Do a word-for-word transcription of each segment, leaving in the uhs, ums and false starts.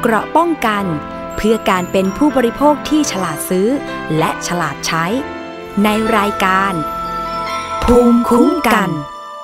เกราะป้องกันเพื่อการเป็นผู้บริโภคที่ฉลาดซื้อและฉลาดใช้ในรายการภูมิคุ้มกัน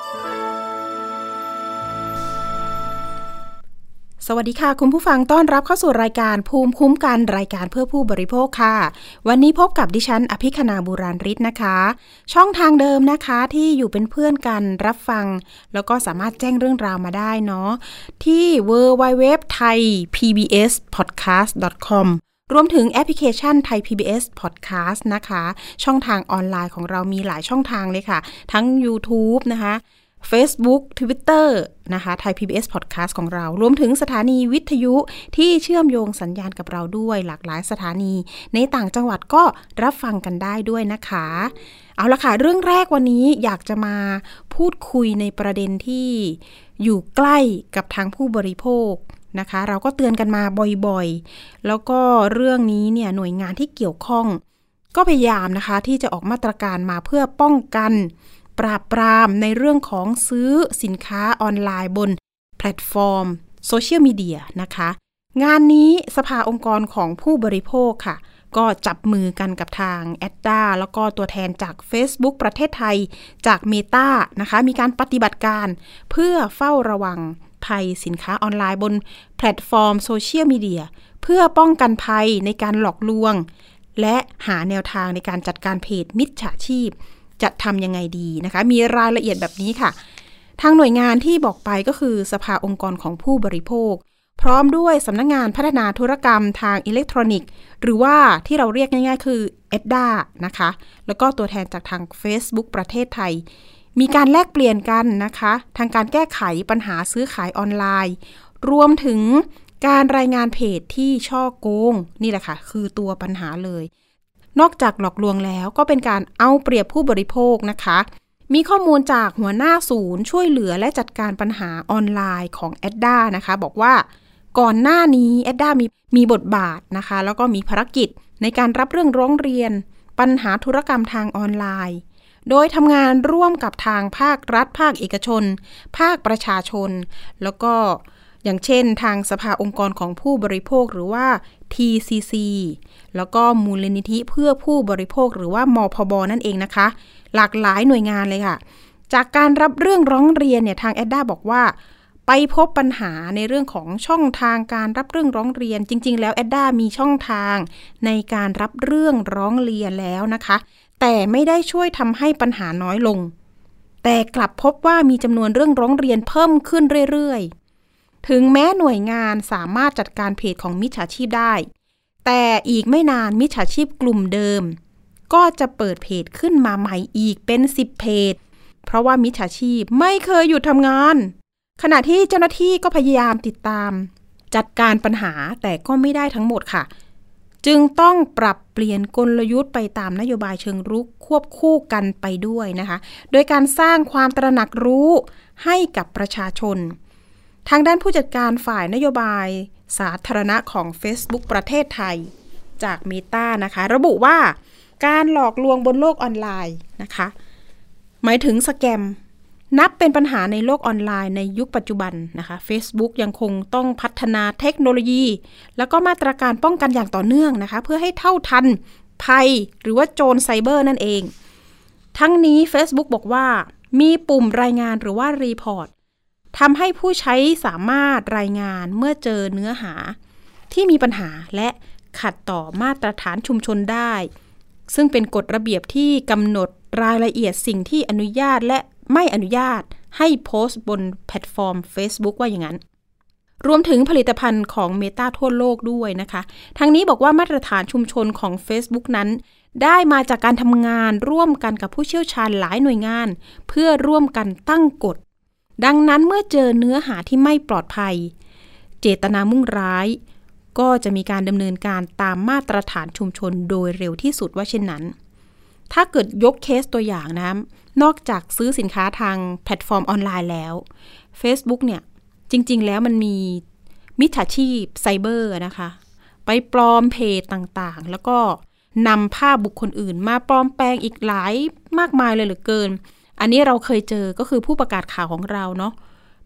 สวัสดีค่ะคุณผู้ฟังต้อนรับเข้าสู่รายการภูมิคุ้มกันรายการเพื่อผู้บริโภคค่ะวันนี้พบกับดิฉันอภิคณาบุราริศนะคะช่องทางเดิมนะคะที่อยู่เป็นเพื่อนกันรับฟังแล้วก็สามารถแจ้งเรื่องราวมาได้เนาะที่ ดับเบิลยู ดับเบิลยู ดับเบิลยู ดอท ไทย พี บี เอส พอดแคสต์ ดอท คอม รวมถึงแอปพลิเคชัน Thai พี บี เอส Podcast นะคะช่องทางออนไลน์ของเรามีหลายช่องทางเลยค่ะทั้ง YouTube นะคะFacebook Twitter นะคะ Thai พี บี เอส Podcast ของเรารวมถึงสถานีวิทยุที่เชื่อมโยงสัญญาณกับเราด้วยหลากหลายสถานีในต่างจังหวัดก็รับฟังกันได้ด้วยนะคะเอาละค่ะเรื่องแรกวันนี้อยากจะมาพูดคุยในประเด็นที่อยู่ใกล้กับทางผู้บริโภคนะคะเราก็เตือนกันมาบ่อยๆแล้วก็เรื่องนี้เนี่ยหน่วยงานที่เกี่ยวข้องก็พยายามนะคะที่จะออกมาตรการมาเพื่อป้องกันปราบปรามในเรื่องของซื้อสินค้าออนไลน์บนแพลตฟอร์มโซเชียลมีเดียนะคะงานนี้สภาองค์กรของผู้บริโภคค่ะก็จับมือกันกับทาง เอ ดี ดี เอ แล้วก็ตัวแทนจาก Facebook ประเทศไทยจาก Meta นะคะมีการปฏิบัติการเพื่อเฝ้าระวังภัยสินค้าออนไลน์บนแพลตฟอร์มโซเชียลมีเดียเพื่อป้องกันภัยในการหลอกลวงและหาแนวทางในการจัดการเพจมิจฉาชีพจะทำยังไงดีนะคะมีรายละเอียดแบบนี้ค่ะทางหน่วยงานที่บอกไปก็คือสภาองค์กรของผู้บริโภคพร้อมด้วยสำนักงานพัฒนาธุรกรรมทางอิเล็กทรอนิกส์หรือว่าที่เราเรียกง่ายๆคือ เอ ดี ดี เอ นะคะแล้วก็ตัวแทนจากทาง Facebook ประเทศไทยมีการแลกเปลี่ยนกันนะคะทางการแก้ไขปัญหาซื้อขายออนไลน์รวมถึงการรายงานเพจที่ฉ้อโกงนี่แหละค่ะคือตัวปัญหาเลยนอกจากหลอกลวงแล้วก็เป็นการเอาเปรียบผู้บริโภคนะคะมีข้อมูลจากหัวหน้าศูนย์ช่วยเหลือและจัดการปัญหาออนไลน์ของ เอ ดี ดี เอ นะคะบอกว่าก่อนหน้านี้ เอ ดี ดี เอ มีมีบทบาทนะคะแล้วก็มีภารกิจในการรับเรื่องร้องเรียนปัญหาธุรกรรมทางออนไลน์โดยทำงานร่วมกับทางภาครัฐภาคเอกชนภาคประชาชนแล้วก็อย่างเช่นทางสภาองค์กรของผู้บริโภคหรือว่า ที ซี ซี แล้วก็มูลนิธิเพื่อผู้บริโภคหรือว่ามพบนั่นเองนะคะหลากหลายหน่วยงานเลยค่ะจากการรับเรื่องร้องเรียนเนี่ยทาง เอ ดี ดี เอ บอกว่าไปพบปัญหาในเรื่องของช่องทางการรับเรื่องร้องเรียนจริงๆแล้ว เอ ดี ดี เอ มีช่องทางในการรับเรื่องร้องเรียนแล้วนะคะแต่ไม่ได้ช่วยทำให้ปัญหาน้อยลงแต่กลับพบว่ามีจำนวนเรื่องร้องเรียนเพิ่มขึ้นเรื่อยๆถึงแม้หน่วยงานสามารถจัดการเพจของมิจฉาชีพได้แต่อีกไม่นานมิจฉาชีพกลุ่มเดิมก็จะเปิดเพจขึ้นมาใหม่อีกเป็นสิบเพจเพราะว่ามิจฉาชีพไม่เคยหยุดทำงานขณะที่เจ้าหน้าที่ก็พยายามติดตามจัดการปัญหาแต่ก็ไม่ได้ทั้งหมดค่ะจึงต้องปรับเปลี่ยนกลยุทธ์ไปตามนโยบายเชิงรุกควบคู่กันไปด้วยนะคะโดยการสร้างความตระหนักรู้ให้กับประชาชนทางด้านผู้จัดการฝ่ายนโยบายสาธารณะของ Facebook ประเทศไทยจาก Meta นะคะระบุว่าการหลอกลวงบนโลกออนไลน์นะคะหมายถึงสแกมนับเป็นปัญหาในโลกออนไลน์ในยุคปัจจุบันนะคะ Facebook ยังคงต้องพัฒนาเทคโนโลยีแล้วก็มาตรการป้องกันอย่างต่อเนื่องนะคะเพื่อให้เท่าทันภัยหรือว่าโจรไซเบอร์นั่นเองทั้งนี้ Facebook บอกว่ามีปุ่มรายงานหรือว่ารีพอร์ตทำให้ผู้ใช้สามารถรายงานเมื่อเจอเนื้อหาที่มีปัญหาและขัดต่อมาตรฐานชุมชนได้ซึ่งเป็นกฎระเบียบที่กำหนดรายละเอียดสิ่งที่อนุญาตและไม่อนุญาตให้โพสต์บนแพลตฟอร์ม Facebook ว่าอย่างนั้นรวมถึงผลิตภัณฑ์ของ Meta ทั่วโลกด้วยนะคะทั้งนี้บอกว่ามาตรฐานชุมชนของ Facebook นั้นได้มาจากการทำงานร่วมกันกับผู้เชี่ยวชาญหลายหน่วยงานเพื่อร่วมกันตั้งกฎดังนั้นเมื่อเจอเนื้อหาที่ไม่ปลอดภัยเจตนามุ่งร้ายก็จะมีการดำเนินการตามมาตรฐานชุมชนโดยเร็วที่สุดว่าเช่นนั้นถ้าเกิดยกเคสตัวอย่างนะนอกจากซื้อสินค้าทางแพลตฟอร์มออนไลน์แล้ว Facebook เนี่ยจริงๆแล้วมันมีมิจฉาชีพไซเบอร์นะคะไปปลอมเพจต่างๆแล้วก็นำภาพบุคคลอื่นมาปลอมแปลงอีกหลายมากมายเลยเหลือเกินอันนี้เราเคยเจอก็คือผู้ประกาศข่าวของเราเนาะ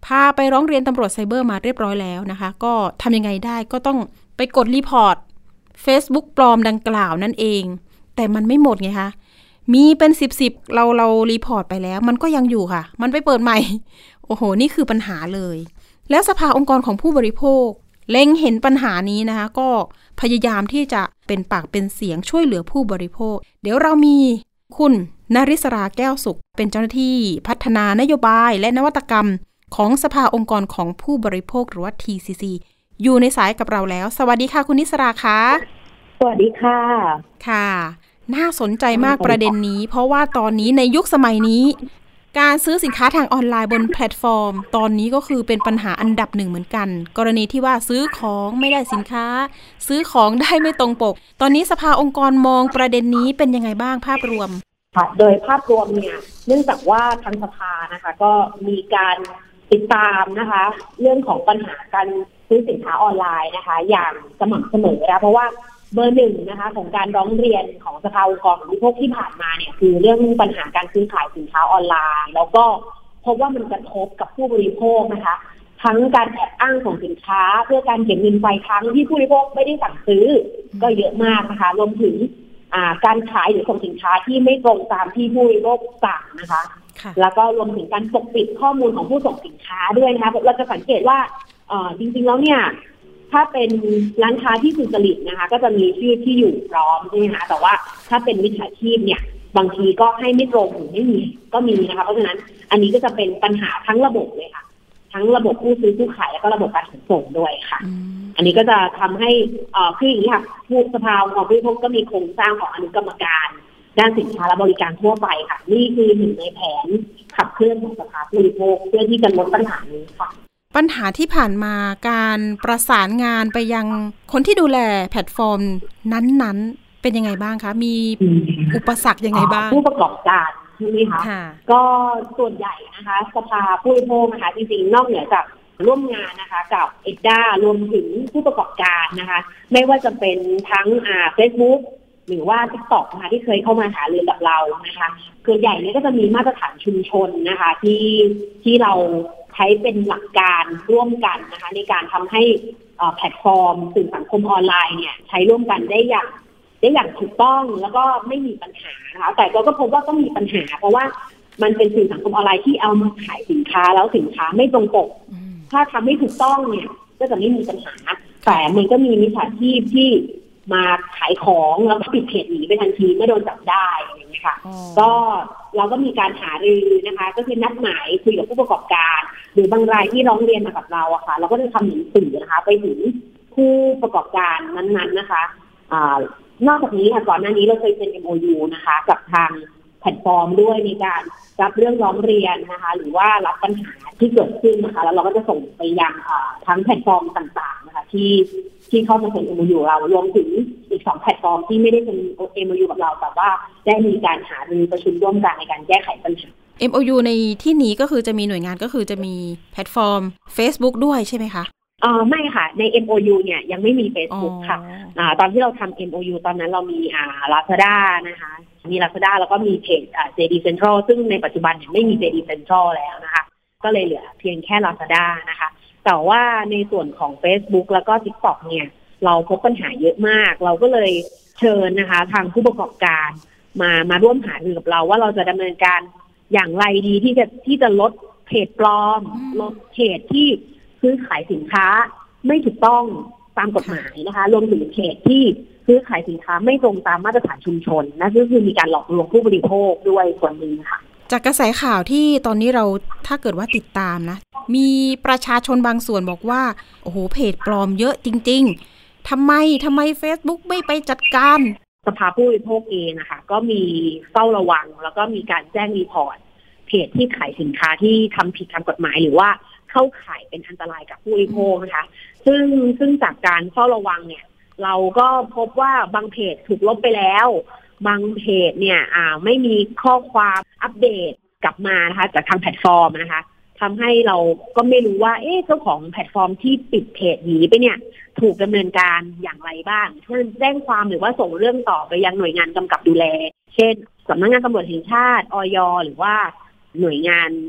พาไปร้องเรียนตำรวจไซเบอร์มาเรียบร้อยแล้วนะคะก็ทำยังไงได้ก็ต้องไปกดรีพอร์ต Facebook ปลอมดังกล่าวนั่นเองแต่มันไม่หมดไงคะมีเป็นสิบสิบเราเรารีพอร์ตไปแล้วมันก็ยังอยู่ค่ะมันไปเปิดใหม่โอ้โหนี่คือปัญหาเลยแล้วสภาองค์กรของผู้บริโภคเล็งเห็นปัญหานี้นะคะก็พยายามที่จะเป็นปากเป็นเสียงช่วยเหลือผู้บริโภคเดี๋ยวเรามีคุณนริศราแก้วสุขเป็นเจ้าหน้าที่พัฒนานโยบายและนวัตกรรมของสภาองค์กรของผู้บริโภคหรือว่า ที ซี ซี อยู่ในสายกับเราแล้วสวัสดีค่ะคุณนิศราคะสวัสดีค่ะค่ะน่าสนใจมากประเด็นนี้เพราะว่าตอนนี้ในยุคสมัยนี้การซื้อสินค้าทางออนไลน์บนแพลตฟอร์มตอนนี้ก็คือเป็นปัญหาอันดับหนึ่งเหมือนกันกรณีที่ว่าซื้อของไม่ได้สินค้าซื้อของได้ไม่ตรงปกตอนนี้สภาองค์กรมองประเด็นนี้เป็นยังไงบ้างภาพรวมค่ะโดยภาพรวมเนี่ยเนื่องจากว่าทางสภานะคะก็มีการติดตามนะคะเรื่องของปัญหาการซื้อสินค้าออนไลน์นะคะอย่างสม่ำเสมอนะเพราะว่าเบอร์หนึ่งนะคะของการร้องเรียนของสภาองค์กรผู้บริโภคที่ผ่านมาเนี่ยคือเรื่องปัญหาการซื้อขายสินค้าออนไลน์แล้วก็พบว่ามันกระทบกับผู้บริโภคนะคะทั้งการแอบอ้างของสินค้าเพื่อการเก็บเงินปลายทางที่ผู้บริโภคไม่ได้สั่งซื้อก็เยอะมากนะคะรวมถึงการขายหรือส่งสินค้าที่ไม่ตรงตามที่ผู้บริโภคสั่งนะคะแล้วก็รวมถึงการปกปิดข้อมูลของผู้ส่งสินค้าด้วยนะคะเราจะสังเกตว่าจริงๆแล้วเนี่ยถ้าเป็นร้านค้าที่สุจริตนะคะก็จะมีชื่อที่อยู่พร้อมใช่ไหมคะแต่ว่าถ้าเป็นมิจฉาชีพเนี่ยบางทีก็ให้ไม่ตรงหรือไม่มีก็มีนะคะเพราะฉะนั้นอันนี้ก็จะเป็นปัญหาทั้งระบบเลยค่ะทั้งระบบผู้ซื้อผู้ขายแล้วก็ระบบการขนส่งด้วยค่ะอันนี้ก็จะทำให้คืออย่างนี้ค่ะผู้สภาของผู้บริโภคก็มีโครงสร้างของอนุกรรมการด้านสินค้าและบริการทั่วไปค่ะนี่คือหนึ่งในแผนขับเคลื่อนของสภาผู้บริโภคเพื่อที่จะลดปัญหานี้ค่ะปัญหาที่ผ่านมาการประสานงานไปยังคนที่ดูแลแพลตฟอร์มนั้นๆเป็นยังไงบ้างคะมีอุปสรรคยังไงบ้างผู้ประกอบการใช่ไหมคะก็ส่วนใหญ่นะคะสภาผู้บริโภคนะคะจริงๆนอกเหนือจากร่วมงานนะคะกับเอ็ดด้ารวมถึงผู้ประกอบการนะคะไม่ว่าจะเป็นทั้งอ่า Facebook หรือว่า TikTok นะคะที่เคยเข้ามาหารือกับเรานะคะส่วนใหญ่เนี่ยก็จะมีมาตรฐานชุมชนนะคะที่ที่เราใช้เป็นหลักการร่วมกันนะคะในการทำให้แพลตฟอร์มสื่อสังคมออนไลน์เนี่ยใช้ร่วมกันได้อย่างได้อย่างถูกต้องแล้วก็ไม่มีปัญหานะคะแต่ก็พบว่าต้องมีปัญหาเพราะว่ามันเป็นสื่อสังคมออนไลน์ที่เอามาขายสินค้าแล้วสินค้าไม่ตรงปกถ้าทำไม่ถูกต้องเนี่ยก็จะไม่มีปัญหาแต่มันก็มีมิจฉาชีพที่มาขายของแล้วก็ปิดเพจหนีไปทันทีไม่โดนจับได้อย่างนี้ค่ะก็เราก็มีการหารือนะคะก็คือนัดหมายคุยกับผู้ประกอบการหรือบางรายที่ร้องเรียนมากับเราอะค่ะเราก็จะทำหนังสือนะคะไปถึงผู้ประกอบการนั้นๆนะคะอ่านอกจากนี้ค่ะก่อนหน้านี้เราเคยเซ็น เอ็ม โอ ยู นะคะกับทางแพลตฟอร์มด้วยในการรับเรื่องร้องเรียนนะคะหรือว่ารับปัญหาที่เกิดขึ้นนะคะแล้วเราก็จะส่งไปยังทั้งแพลตฟอร์มต่างๆนะคะที่ที่เข้ามาเซ็น เอ็ม โอ ยู เรารวมถึงอีกสองแพลตฟอร์มที่ไม่ได้เซ็น เอ็ม โอ ยู กับเราแต่ว่าได้มีการหารือประชุมร่วมกันในการแก้ไขปัญหาเอ็ม โอ ยู ในที่นี้ก็คือจะมีหน่วยงานก็คือจะมีแพลตฟอร์ม Facebook ด้วยใช่ไหมคะอ๋อไม่ค่ะใน เอ็ม โอ ยู เนี่ยยังไม่มี Facebook ค่ะอ่าตอนที่เราทำ เอ็ม โอ ยู ตอนนั้นเรามีอ่า Lazada นะคะมี Lazada แล้วก็มีเพจอ่า เจ ดี Central ซึ่งในปัจจุบันเนี่ยไม่มี เจ ดี Central แล้วนะคะก็เลยเหลือเพียงแค่ Lazada นะคะแต่ว่าในส่วนของ Facebook แล้วก็ TikTok เนี่ยเราพบปัญหาเยอะมากเราก็เลยเชิญนะคะทางผู้ประกอบการมามาร่วมหารือกับเราว่าเราจะดำเนินการอย่างไรดีที่จะที่จะลดเพจปลอมลดเพจที่ซื้อขายสินค้าไม่ถูกต้องตามกฎหมายนะคะรวมถึงเพจที่ซื้อขายสินค้าไม่ตรงตามมาตรฐานชุมชนนั่นก็คือมีการหลอกลวงผู้บริโภคด้วยส่วนนี้ค่ะจากกระแสข่าวที่ตอนนี้เราถ้าเกิดว่าติดตามนะมีประชาชนบางส่วนบอกว่าโอ้โหเพจปลอมเยอะจริงๆทำไมทำไม Facebook ไม่ไปจัดการสภาผู้บริโภคเองนะคะก็มีเฝ้าระวังแล้วก็มีการแจ้งรีพอร์ตเพจที่ขายสินค้าที่ทำผิดทางกฎหมายหรือว่าเข้าข่ายเป็นอันตรายกับผู้บริโภคนะคะซึ่งซึ่งจากการเฝ้าระวังเนี่ยเราก็พบว่าบางเพจถูกลบไปแล้วบางเพจเนี่ยอ่าไม่มีข้อความอัปเดตกลับมานะคะจากทางแพลตฟอร์มนะคะทำให้เราก็ไม่รู้ว่าเอ๊ะเจ้าของแพลตฟอร์มที่ปิดเพจหนีไปเนี่ยถูกดำเนินการอย่างไรบ้างเช่นแจ้งความหรือว่าส่งเรื่องต่อไปยังหน่วยงานกำกับดูแลเช่นสำนักงานตำรวจแห่งชาติ อย.หรือว่าหน่วยงาน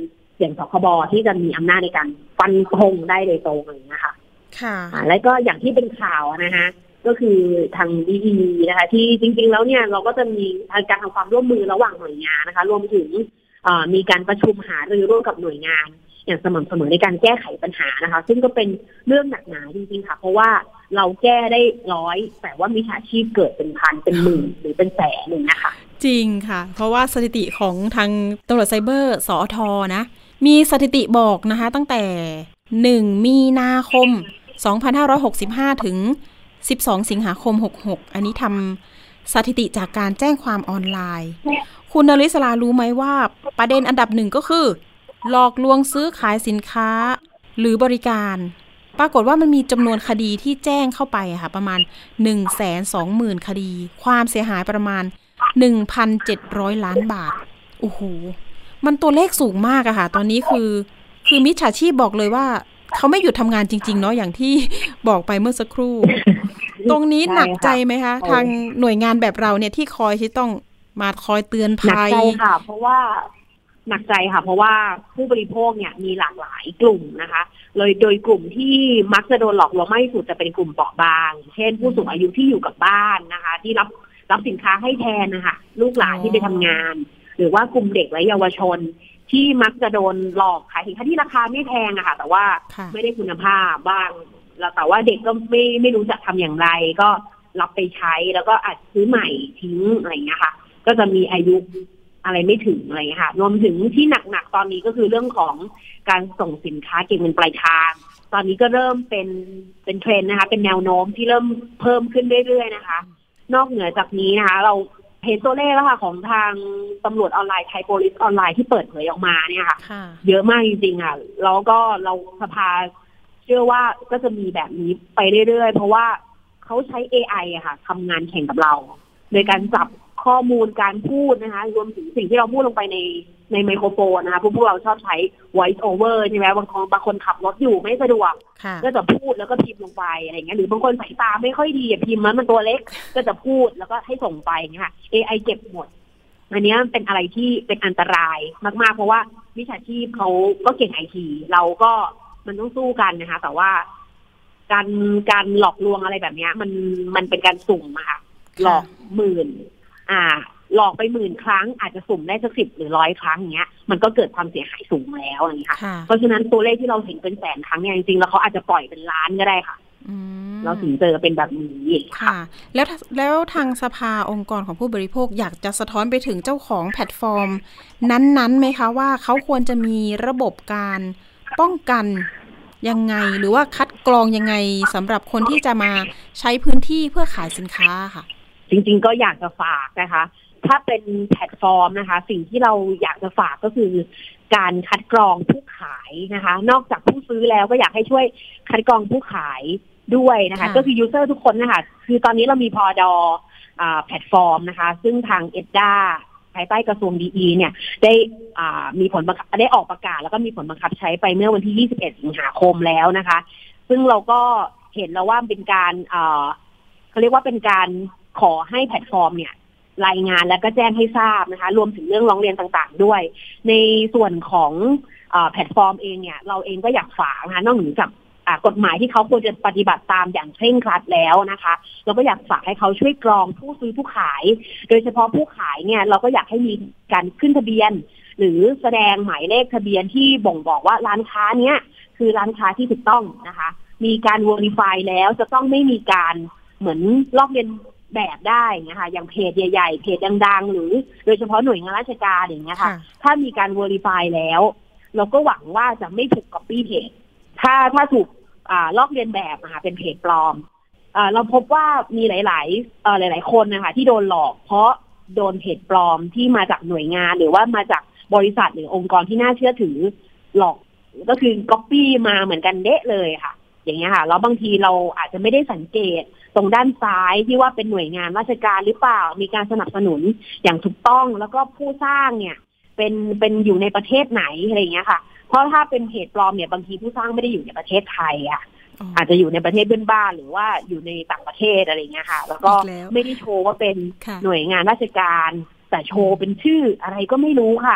อย่างสคบที่จะมีอำนาจในการฟันธงได้โดยตรงอะไรอย่างเงี้ยค่ะค่ะแล้วก็อย่างที่เป็นข่าวนะฮะก็คือทาง ดี อี นะคะที่จริงๆแล้วเนี่ยเราก็จะมีการทำความร่วมมือระหว่างหน่วยงานนะคะรวมถึงมีการประชุมหารือร่วมกับหน่วยงานอย่างสม่ำเสมอในการแก้ไขปัญหานะคะซึ่งก็เป็นเรื่องหนักหนาจริงๆค่ะเพราะว่าเราแก้ได้ร้อยแต่ว่ามิจฉาชีพเกิดเป็นพันเป็นหมื่นหรือเป็นแสนหนึ่งนะคะจริงค่ะเพราะว่าสถิติของทางตำรวจไซเบอร์สอทนะมีสถิติบอกนะคะตั้งแต่หนึ่งมีนาคมสองพันห้าร้อยหกสิบห้าถึงสิบสองสิงหาคมหกหกอันนี้ทำสถิติจากการแจ้งความออนไลน์คุณนริศรารู้ไหมว่าประเด็นอันดับหนึ่งก็คือหลอกลวงซื้อขายสินค้าหรือบริการปรากฏว่ามันมีจำนวนคดีที่แจ้งเข้าไปค่ะประมาณ หนึ่งแสนสองหมื่น คดีความเสียหายประมาณ หนึ่งพันเจ็ดร้อย ล้านบาทโอ้โหมันตัวเลขสูงมากอะค่ะตอนนี้คือคือมิจฉาชีพบอกเลยว่าเขาไม่หยุดทำงานจริงๆเนาะอย่างที่บอกไปเมื่อสักครู่ ตรงนี้หนักใจไหมคะทางหน่วยงานแบบเราเนี่ยที่คอยที่ต้องมาคอยเตือนภัยหนักใจค่ะเพราะว่าหนักใจค่ะเพราะว่าผู้บริโภคเนี่ยมีหลากหลายกลุ่มนะคะเลยโดยกลุ่มที่มักจะโดนหลอกลวงมากที่สุดจะเป็นกลุ่มเปราะบางเช่นผู้สูงอายุที่อยู่กับบ้านนะคะที่รับรับสินค้าให้แทนนะคะลูกหลานที่ไปทำงานหรือว่ากลุ่มเด็กและเยาวชนที่มักจะโดนหลอกขายสินค้าที่ราคาไม่แพงอะค่ะแต่ว่าไม่ได้คุณภาพบ้างแล้วแต่ว่าเด็กก็ไม่ไม่รู้จะทำอย่างไรก็รับไปใช้แล้วก็อาจซื้อใหม่ทิ้งอะไรอย่างเงี้ยค่ะก็จะมีอายุอะไรไม่ถึงอะไรอย่างเงี้ยค่ะรวมถึงที่หนักๆตอนนี้ก็คือเรื่องของการส่งสินค้าเก็บเงินปลายทางตอนนี้ก็เริ่มเป็นเป็นเทรนด์นะคะเป็นแนวโน้มที่เริ่มเพิ่มขึ้นเรื่อยๆนะคะนอกเหนือจากนี้นะคะเราเห็นตัวเลขแล้วค่ะของทางตำรวจออนไลน์ไทยโพลิสออนไลน์ที่เปิดเผยออกมาเนี่ยค่ะเยอะมากจริงๆค่ะแล้วก็เราสภาเชื่อว่าก็จะมีแบบนี้ไปเรื่อยๆเพราะว่าเขาใช้ เอ ไอ อะค่ะทำงานแข่งกับเราโดยการจับข้อมูลการพูดนะคะรวมถึงสิ่งที่เราพูดลงไปในในไมโครโฟนนะคะพวกพวกเราชอบใช้ voice over ใช่ไหมบางคนบางคนขับรถอยู่ไม่สะดวกก็จะพูดแล้วก็พิมพ์ลงไปอะไรเงี้ยหรือบางคนสายตาไม่ค่อยดีพิมพ์มันตัวเล็กก็จะพูดแล้วก็ให้ส่งไปเงี้ยค่ะ เอ ไอ เก็บหมดอันนี้เป็นอะไรที่เป็นอันตรายมากๆเพราะว่ามิจฉาชีพเขาก็เก่งไอทีเราก็มันต้องสู้กันนะคะแต่ว่าการการหลอกลวงอะไรแบบนี้มันมันเป็นการสุ่มอะค่ะหลอกหมื่นอ่าหลอกไปหมื่นครั้งอาจจะสุ่มได้สักสิบหรือร้อยครั้งอย่างเงี้ยมันก็เกิดความเสียหายสูงแล้วอย่างนี้ค่ะเพราะฉะนั้นตัวเลขที่เราเห็นเป็นแสนครั้งเนี่ยจริงๆแล้วเขาอาจจะปล่อยเป็นล้านก็ได้ค่ะเราถึงเจอเป็นแบบนี้ค่ะแล้วแล้วทางสภาองค์กรของผู้บริโภคอยากจะสะท้อนไปถึงเจ้าของแพลตฟอร์มนั้นๆไหมคะว่าเขาควรจะมีระบบการป้องกันยังไงหรือว่าคัดกรองยังไงสำหรับคนที่จะมาใช้พื้นที่เพื่อขายสินค้าค่ะจริงๆก็อยากจะฝากนะคะถ้าเป็นแพลตฟอร์มนะคะสิ่งที่เราอยากจะฝากก็คือการคัดกรองผู้ขายนะคะนอกจากผู้ซื้อแล้วก็อยากให้ช่วยคัดกรองผู้ขายด้วยนะคะก็คือยูเซอร์ทุกคนนะคะคือตอนนี้เรามีพอดอ่าแพลตฟอร์มนะคะซึ่งทาง เอ ดี เอ ภายใต้กระทรวง ดี อี เนี่ยได้อ่ามีผลบังคับได้ออกประกาศแล้วก็มีผลบังคับใช้ไปเมื่อวันที่ยี่สิบเอ็ดสิงหาคมแล้วนะคะซึ่งเราก็เห็นแล้วว่าเป็นการอ่าเขาเรียกว่าเป็นการขอให้แพลตฟอร์มเนี่ยรายงานและก็แจ้งให้ทราบนะคะรวมถึงเรื่องร้องเรียนต่างๆด้วยในส่วนของอ่าแพลตฟอร์มเองเนี่ยเราเองก็อยากฝากนะคะนอกจากกฎหมายที่เขาควรจะปฏิบัติตามอย่างเคร่งครัดแล้วนะคะเราก็อยากฝากให้เขาช่วยกรองผู้ซื้อผู้ขายโดยเฉพาะผู้ขายเนี่ยเราก็อยากให้มีการขึ้นทะเบียนหรือแสดงหมายเลขทะเบียนที่บ่งบอกว่าร้านค้าเนี้ยคือร้านค้าที่ถูกต้องนะคะมีการ verify แล้วจะต้องไม่มีการเหมือนลอกเลียนแบบได้นะคะอย่างเพจใหญ่ๆเพจดังๆหรือโดยเฉพาะหน่วยงานราชการอย่างเงี้ยค่ะถ้ามีการ verify แล้วเราก็หวังว่าจะไม่ถูก copy เพจถ้าถ้าถูกอ่าลอกเลียนแบบนะคะเป็นเพจปลอมอ่าเราพบว่ามีหลายๆเอ่อหลายๆคนนะคะที่โดนหลอกเพราะโดนเพจปลอมที่มาจากหน่วยงานหรือว่ามาจากบริษัทหรือองค์กรที่น่าเชื่อถือหลอกก็คือก๊อปปี้มาเหมือนกันเด๊ะเลยค่ะอย่างเงี้ยค่ะแล้วบางทีเราอาจจะไม่ได้สังเกตตรงด้านซ้ายที่ว่าเป็นหน่วยงานราชการหรือเปล่ามีการสนับสนุนอย่างถูกต้องแล้วก็ผู้สร้างเนี่ยเป็นเป็นอยู่ในประเทศไหนอะไรอย่างเงี้ยค่ะเพราะถ้าเป็นเพจปลอมเนี่ยบางทีผู้สร้างไม่ได้อยู่ในประเทศไทยอ่ะอาจจะอยู่ในประเทศเพื่อนบ้านหรือว่าอยู่ในต่างประเทศอะไรเงี้ยค่ะแล้วก็ไม่ได้โชว์ว่าเป็นหน่วยงานราชการแต่โชว์เป็นชื่ออะไรก็ไม่รู้ค่ะ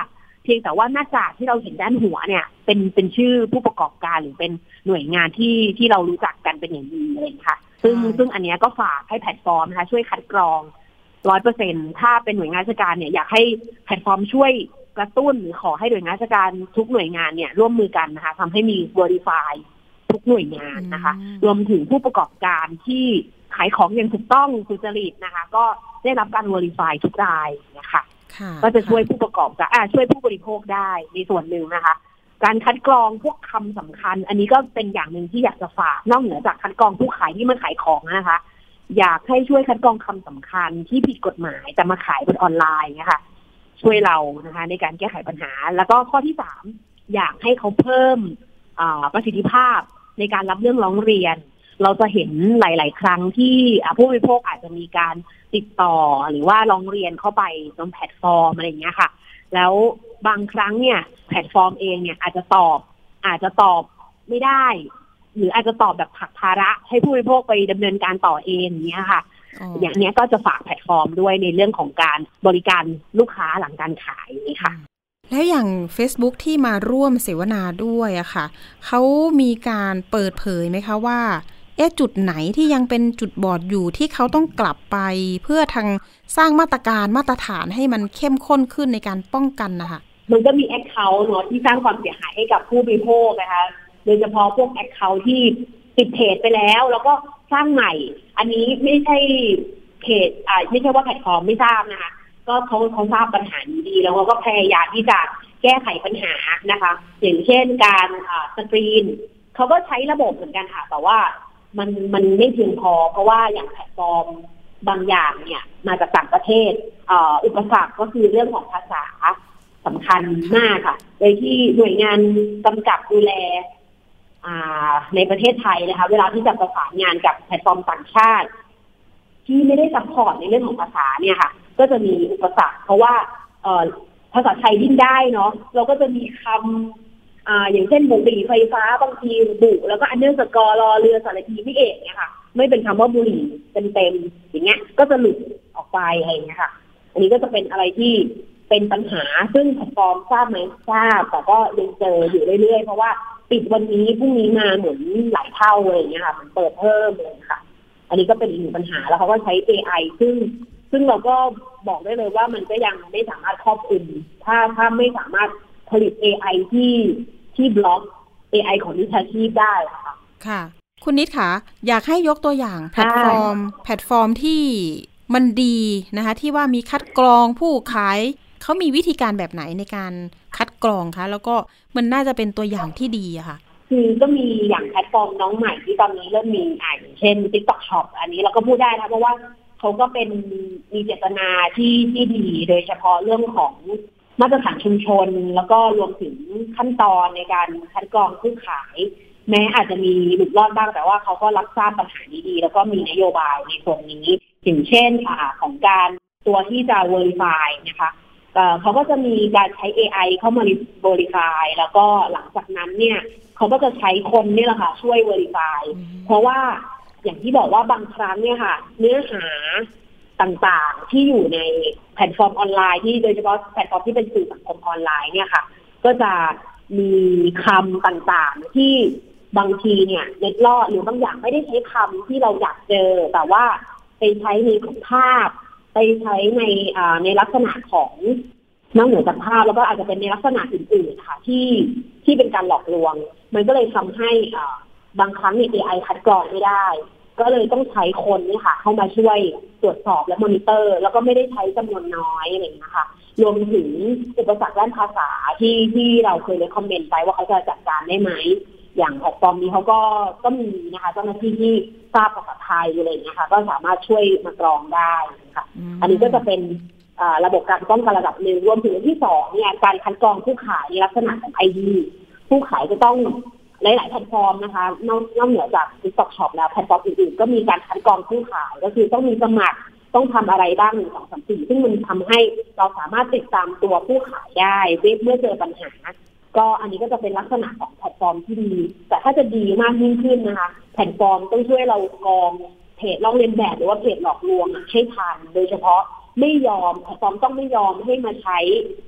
พียงแต่ว่าหน้าจากที่เราเห็นด้านหัวเนี่ยเป็นเป็นชื่อผู้ประกอบการหรือเป็นหน่วยงานที่ที่เรารู้จักกันเป็นอย่างดีเลยค่ะซึ่งซึ่งอันนี้ก็ฝากให้แพลตฟอร์มนะคะช่วยคัดกรองร้อยเปอร์เซ็นต์ถ้าเป็นหน่วยงานราชการเนี่ยอยากให้แพลตฟอร์มช่วยกระตุ้นหรือขอให้หน่วยงานราชการทุกหน่วยงานเนี่ยร่วมมือกันนะคะทำให้มี Verify ทุกหน่วยงานนะคะรวมถึงผู้ประกอบการที่ขายของอย่างถูกต้องสุจริตนะคะก็ได้รับการ Verify ทุกรายนะคะก็จะช่วยผู้ประกอบการอ่าช่วยผู้บริโภคได้ในส่วนหนึ่งนะคะการคัดกรองพวกคำสำคัญอันนี้ก็เป็นอย่างหนึ่งที่อยากจะฝากนอกเหนือจากคัดกรองผู้ขายที่มาขายของนะคะอยากให้ช่วยคัดกรองคำสำคัญที่ผิดกฎหมายแต่มาขายบนออนไลน์นะคะช่วยเรานะคะในการแก้ไขปัญหาแล้วก็ข้อที่สามอยากให้เขาเพิ่มประสิทธิภาพในการรับเรื่องร้องเรียนเราจะเห็นหลายๆครั้งที่ผู้บริโภคอาจจะมีการติดต่อหรือว่าร้องเรียนเข้าไปบนแพลตฟอร์มอะไรอย่างเงี้ยค่ะแล้วบางครั้งเนี่ยแพลตฟอร์มเองเนี่ยอาจจะตอบอาจจะตอบไม่ได้หรืออาจจะตอบแบบผลักภาระให้ผู้บริโภคไปดำเนินการต่อเองอย่างเงี้ยค่ะ อ, อย่างเนี้ยก็จะฝากแพลตฟอร์มด้วยในเรื่องของการบริการลูกค้าหลังการขายนี่ค่ะแล้วอย่าง Facebook ที่มาร่วมเสวนาด้วยอะค่ะเขามีการเปิดเผยไหมคะว่าเอ๊ะจุดไหนที่ยังเป็นจุดบอดอยู่ที่เขาต้องกลับไปเพื่อทางสร้างมาตรการมาตรฐานให้มันเข้มข้นขึ้นในการป้องกันนะคะมันก็มีแอคเคาท์เนาะที่สร้างความเสียหายให้กับผู้บริโภคนะคะโดยเฉพาะพวกแอคเคาท์ที่ปิดเพจไปแล้วแล้วก็สร้างใหม่อันนี้ไม่ใช่เพจอ่าไม่ใช่ว่าแพลตฟอร์มไม่ทราบนะคะก็เขาเขาทราบปัญหานี้ดีแล้วเขาก็พยายามที่จะแก้ไขปัญหานะคะอย่างเช่นการอ่าสกรีนเขาก็ใช้ระบบเหมือนกันค่ะแต่ว่ามันมันไม่เพียงพอเพราะว่าอย่างแพลตฟอร์มบางอย่างเนี่ยมาจากต่างประเทศอ่าอุปสรรคก็คือเรื่องของภาษาสำคัญมากค่ะโดยที่หน่วยงานกำกับดูแลในประเทศไทยนะคะเวลาที่จะประสานงานกับแพลตฟอร์มต่างชาติที่ไม่ได้ซัพพอร์ตในเรื่องของภาษาเนี่ยค่ะก็จะมีอุปสรรคเพราะว่าภาษาไทยดิ้นได้เนาะเราก็จะมีคำ อ, อย่างเช่นบุหรี่ไฟฟ้าบางทีบุแล้วก็อันเดอร์สกอร์รอเรือสระพีไม่เอกเนี่ยค่ะไม่เป็นคำว่าบุหรี่เต็มๆอย่างเงี้ยก็จะหลุดออกไปอะไรอย่างเงี้ยค่ะอันนี้ก็จะเป็นอะไรที่เป็นปัญหาซึ่งแพลตฟอร์มทราบไหมทราบแต่ก็ยังเจออยู่เรื่อยๆเพราะว่าปิดวันนี้พรุ่งนี้มาเหมือนหลายเท่าเลยอย่างเงี้ยค่ะมันเปิดเพิ่มเลยค่ะอันนี้ก็เป็นอีกหนึ่งปัญหาแล้วเขาก็ใช้ เอ ไอ ซึ่งซึ่งเราก็บอกได้เลยว่ามันก็ยังไม่สามารถครอบคลุมถ้าถ้าไม่สามารถผลิต เอ ไอ ที่ที่บล็อก เอ ไอ ของวิชาชีพได้ค่ะค่ะคุณนิดค่ะอยากให้ยกตัวอย่างแพลตฟอร์มแพลตฟอร์มที่มันดีนะคะที่ว่ามีคัดกรองผู้ขายเขามีวิธีการแบบไหนในการคัดกรองคะแล้วก็มันน่าจะเป็นตัวอย่างที่ดีอะค่ะคือก็มีอย่างแพลตฟอร์มน้องใหม่ที่ตอนนี้เริ่มมีอ่าอย่างเช่น TikTok Shop อันนี้เราก็พูดได้นะเพราะว่าเขาก็เป็นมีเจตนาที่ที่ดีโดยเฉพาะเรื่องของมาตรฐานชุมชนแล้วก็รวมถึงขั้นตอนในการคัดกรองผู้ขายแม้อาจจะมีหลุดรอดบ้างแต่ว่าเขาก็รับทราบปัญหานี้ดีแล้วก็มีนโยบายในส่วนนี้อย่างเช่นอ่าของการตัวที่จะ Verify นะคะเขาก็จะมีการใช้ เอ ไอ เข้ามา Verify แล้วก็หลังจากนั้นเนี่ยเขาก็จะใช้คนนี่แหละค่ะช่วย Verify เพราะว่าอย่างที่บอกว่าบางครั้งเนี่ยค่ะเนื้อหาต่างๆที่อยู่ในแพลตฟอร์มออนไลน์ที่โดยเฉพาะแพลตฟอร์มที่เป็นสื่อสังคมออนไลน์เนี่ยค่ะก็จะมีคำต่างๆที่บางทีเนี่ยเน็ตลอดหรือบางอย่างไม่ได้ใช้คำที่เราอยากเจอแต่ว่าไปใช้ในของภาพไปใช้ในในลักษณะของนอกเหนือจากภาพแล้วก็อาจจะเป็นในลักษณะอื่นๆค่ะที่ที่เป็นการหลอกลวงมันก็เลยทำให้บางครั้งเนี่ย เอ ไอ คัดกรองไม่ได้ก็เลยต้องใช้คนนี่ค่ะเข้ามาช่วยตรวจสอบและมอนิเตอร์แล้วก็ไม่ได้ใช้จำนวนน้อยอะไรอย่างนี้นะคะรวมถึงอุปสรรคด้านภาษาที่ที่เราเคยเลยคอมเมนต์ไปว่าเขาจะจัดการได้ไหมอย่างแพลตฟอร์มนี้เขาก็ก็มีนะคะเจ้าหน้าที่ที่ทราบภาษาไทยอะไรอย่างนี้ค่ะก็สามารถช่วยมากรองได้ค่ะอันนี้ก็จะเป็นระบบการป้องกันระดับหนึ่งรวมถึงที่สองเนี่ยการคัดกรองผู้ขายในลักษณะของ ไอ ดี ผู้ขายจะต้องหลายๆแพลตฟอร์มนะคะนอกนอกเหนือจาก TikTok Shop แล้วแพลตฟอร์มอื่นๆก็มีการคัดกรองผู้ขายก็คือต้องมีสมัครต้องทำอะไรบ้างหนึ่งสองสามสี่ซึ่งมันทำให้เราสามารถติดตามตัวผู้ขายได้เมื่อเจอปัญหาก็อันนี้ก็จะเป็นลักษณะของแพลตฟอร์มที่ดีแต่ถ้าจะดีมากยิ่งขึ้นนะคะแพลตฟอร์มต้องช่วยเรากรองเพจลอกเลียนแบบหรือว่าเพจหลอกลวงให้ทันโดยเฉพาะไม่ยอมแพลตฟอร์มต้องไม่ยอมให้มาใช้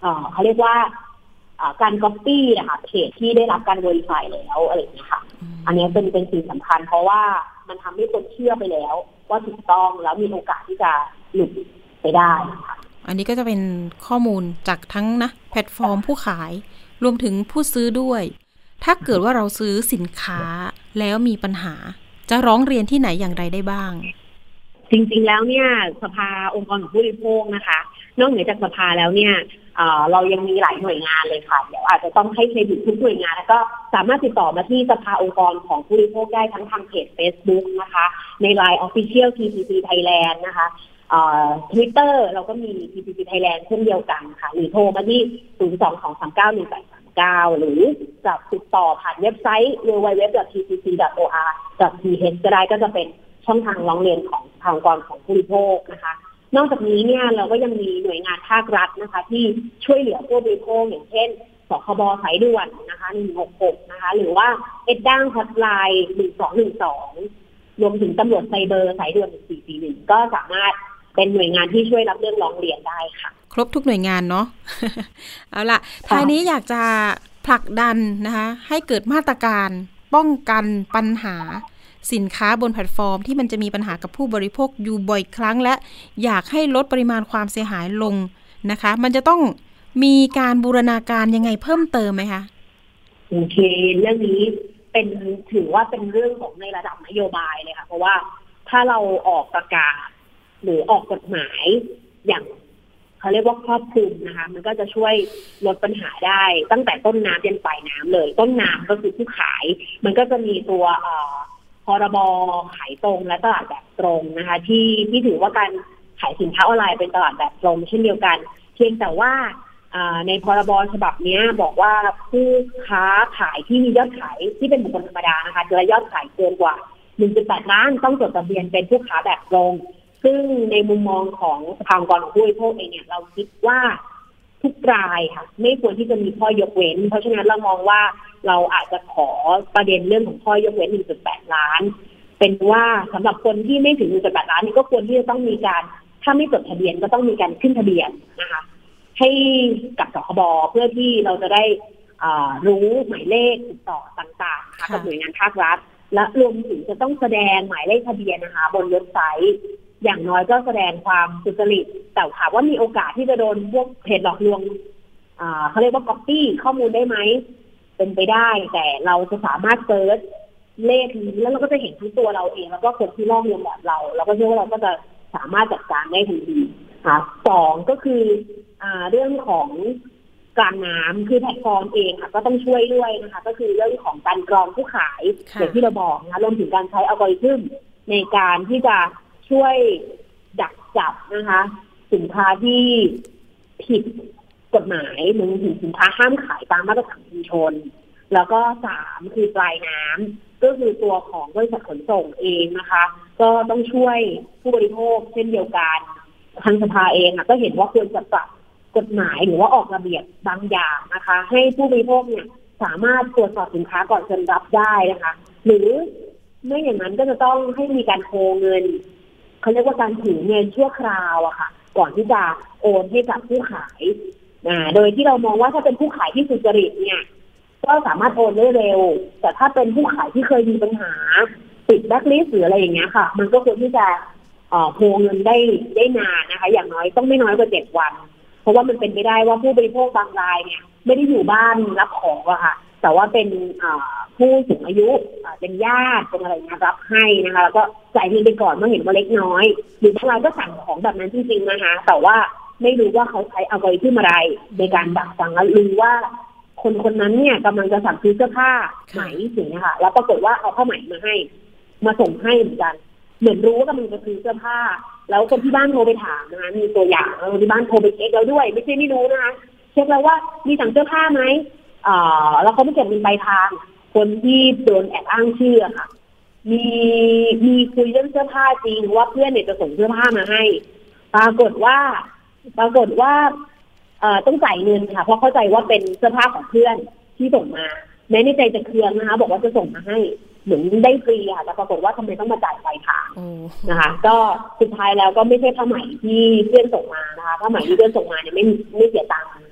เอ่อเขาเรียกว่าการก๊อปปี้นะคะเพจที่ได้รับการ verify แล้วอะไรอย่างเงี้ยค่ะอันนี้เป็นเป็นสิ่งสำคัญเพราะว่ามันทำให้คนเชื่อไปแล้วว่าถูกต้องแล้วมีโอกาสที่จะหลุดไปได้ค่ะอันนี้ก็จะเป็นข้อมูลจากทั้งนะแพลตฟอร์มผู้ขายรวมถึงผู้ซื้อด้วยถ้าเกิดว่าเราซื้อสินค้าแล้วมีปัญหาจะร้องเรียนที่ไหนอย่างไรได้บ้างจริงๆแล้วเนี่ยสภาองค์กรของผู้บริโภคนะคะนอกเหนือจากสภาแล้วเนี่ยเอ่อเรายังมีหลายหน่วยงานเลยค่ะเดี๋ยวอาจจะต้องให้เครดิตทุกหน่วยงานแล้วก็สามารถติดต่อมาที่สภาองค์กรของผู้บริโภคได้ทั้งทางเพจ Facebook นะคะใน ไลน์ Official ที พี ซี Thailand นะคะเอ่อ Twitter เราก็มี ที พี ซี Thailand เช่นเดียวกันค่ะหรือโทรมาที่ศูนย์ สอง สอง สาม เก้า หนึ่ง แปด สาม เก้าหรือจะติดต่อผ่านเว็บไซต์ ดับเบิลยู ดับเบิลยู ดับเบิลยู ดอท ที พี ซี ดอท โอ อาร์ ดอท ที เอช ก็ได้ก็จะเป็นช่องทางร้องเรียนของทางองค์กรของผู้บริโภคนะคะนอกจากนี้เนี่ยเราก็ยังมีหน่วยงานภาครัฐนะคะที่ช่วยเหลือผู้บริโภคอย่างเช่นสคบสายด่วนนะคะหนึ่งหกหกนะคะหรือว่าเอ็ดด้างฮอตไลน์หนึ่งสองหนึ่งสองรวมถึงตำรวจไซเบอร์สายด่วนหนึ่งสี่สี่หนึ่งก็สามารถเป็นหน่วยงานที่ช่วยรับเรื่องร้องเรียนได้ค่ะครบทุกหน่วยงานเนาะ เอาล่ะท้ายนี้อยากจะผลักดันนะคะให้เกิดมาตรการป้องกันปัญหาสินค้าบนแพลตฟอร์มที่มันจะมีปัญหากับผู้บริโภคอยู่บ่อยครั้งและอยากให้ลดปริมาณความเสียหายลงนะคะมันจะต้องมีการบูรณาการยังไงเพิ่มเติมไหมคะโอเคเรื่องนี้เป็นถือว่าเป็นเรื่องของในระดับนโยบายเลยค่ะเพราะว่าถ้าเราออกประกาศหรือออกกฎหมายอย่างเขาเรียกว่าครอบคลุมนะคะมันก็จะช่วยลดปัญหาได้ตั้งแต่ต้นน้ำยันปลายน้ำเลยต้นน้ำก็คือผู้ขายมันก็จะมีตัวเอ่อพรบขายตรงและตลาดแบบตรงนะคะที่ที่ถือว่าการขายสินค้าออนไลน์เป็นตลาดแบบตรงเช่นเดียวกันเพียงแต่ว่าในพรบฉบับนี้บอกว่าผู้ค้าขายที่มียอดขายที่เป็นบุคคลธรรมดานะคะจะยอดขายเกินกว่า หนึ่งจุดแปด ล้านต้องจดทะเบียนเป็นผู้ค้าแบบตรงซึ่งในมุมมองของสภาองค์กรของผู้บริโภคเองเนี่ยเราคิดว่าทุกรายค่ะไม่ควรที่จะมีข้อยกเว้นเพราะฉะนั้นเรามองว่าเราอาจจะขอประเด็นเรื่องของข้อยกเว้น หนึ่งจุดแปด ล้านเป็นว่าสำหรับคนที่ไม่ถึง หนึ่งจุดแปด ล้านนี่ก็ควรที่จะต้องมีการถ้าไม่จดทะเบียนก็ต้องมีการขึ้นทะเบียนนะคะให้กับสคบเพื่อที่เราจะได้รู้หมายเลขติดต่อต่างๆนะคะกับหน่วยงานภาครัฐและรวมถึงจะต้องแสดงหมายเลขทะเบียนนะคะบนเว็บไซต์อย่างน้อยก็แสดงความสุจริตแต่ถามว่ามีโอกาสที่จะโดนพวกเพจหลอกลวงเขาเรียกว่า copy ข้อมูลได้ไหมเป็นไปได้แต่เราจะสามารถเซิร์ชเลขนี้แล้วเราก็จะเห็นทั้งตัวเราเองแล้วก็คนที่ลอกเลียนแบบเราเราก็เชื่อว่าเราก็จะสามารถจัดการได้ทันทีค่ะสองก็คืออ่าเรื่องของกลางน้ำคือแพลตฟอร์มเองค่ะก็ต้องช่วยด้วยนะคะก็คือเรื่องของการกรองผู้ขายอย่างที่เราบอกนะคะรวมถึงการใช้อัลกอริทึมในการที่จะช่วยดักจับนะคะสินค้าที่ผิดกฎหมายรวมถึงสินค้าห้ามขายตามมาตรฐานชุมชนแล้วก็สามคือปลายน้ำก็คือตัวของบริษัทขนส่งเองนะคะก็ต้องช่วยผู้บริโภคเช่นเดียวกันทางสภาเองก็เห็นว่าควรจะปรับกฎหมายหรือว่าออกระเบียบบางอย่างนะคะให้ผู้บริโภคเนี่ยสามารถตรวจสอบสินค้าก่อนจะรับได้นะคะหรือไม่อย่างนั้นก็จะต้องให้มีการโคเงินเขาเรียกว่าการถือเงินชั่วคราวอะค่ะก่อนที่จะโอนให้กับผู้ขายนะโดยที่เรามองว่าถ้าเป็นผู้ขายที่สุจริตเนี่ยก็สามารถโอนได้เร็วแต่ถ้าเป็นผู้ขายที่เคยมีปัญหาติดแบล็คลิสต์หรืออะไรอย่างเงี้ยค่ะมันก็ควรที่จะเอ่อโอนเงินได้ได้นานนะคะอย่างน้อยต้องไม่น้อยกว่าเจ็ดวันเพราะว่ามันเป็นไปได้ว่าผู้บริโภคบางรายเนี่ยไม่ได้อยู่บ้านรับของอะค่ะแต่ว่าเป็นผู้สูงอายุเป็นญาติเป็นอะไรเงี้ยรับให้นะคะแล้วก็จ่ายเงินไปก่อนเมื่อเห็นว่าเล็กน้อยหรือบางรายก็สั่งของแบบนั้นจริงๆนะคะแต่ว่าไม่รู้ว่าเขาใช้อัลกอริทึมอะไรในการดักสั่งแล้วหรือว่าคนคนนั้นเนี่ยกำลังจะสั่งซื้อเสื้อผ้าไหมถึงนะคะแล้วปรากฏว่าเอาผ้าไหมมาให้มาส่งให้เหมือนกันเหมือนรู้ว่ากำลังจะซื้อเสื้อผ้าแล้วคนที่บ้านโทรไปถามนะคะมีตัวอย่างแล้วที่บ้านโทรไปเช็คแล้วด้วยไม่ใช่ไม่รู้นะคะเช็คแล้วว่ามีสั่งเสื้อผ้าไหมอ่าแล้วเขาไม่เก็บเงินปลายทางคนที่โดนแอบอ้างชื่อค่ะมีมีคุยเรื่องเสื้อผ้าจริงว่าเพื่อนเนี่ยจะส่งเสื้อผ้ามาให้ปรากฏว่าปรากฏว่าเอ่อต้องจ่ายเงินค่ะเพราะเข้าใจว่าเป็นเสื้อผ้าของเพื่อนที่ส่งมาแม้ในใจจะเคืองนะคะบอกว่าจะส่งมาให้เหมือนได้ฟรีค่ะแต่ปรากฏว่าทำไมต้องมาจ่ายปลายทางนะคะก็สุดท้ายแล้วก็ไม่ใช่ผ้าไหมที่เพื่อนส่งมานะคะผ้าไหมที่เพื่อนส่งมาเนี่ยไม่ไม่เสียตังค์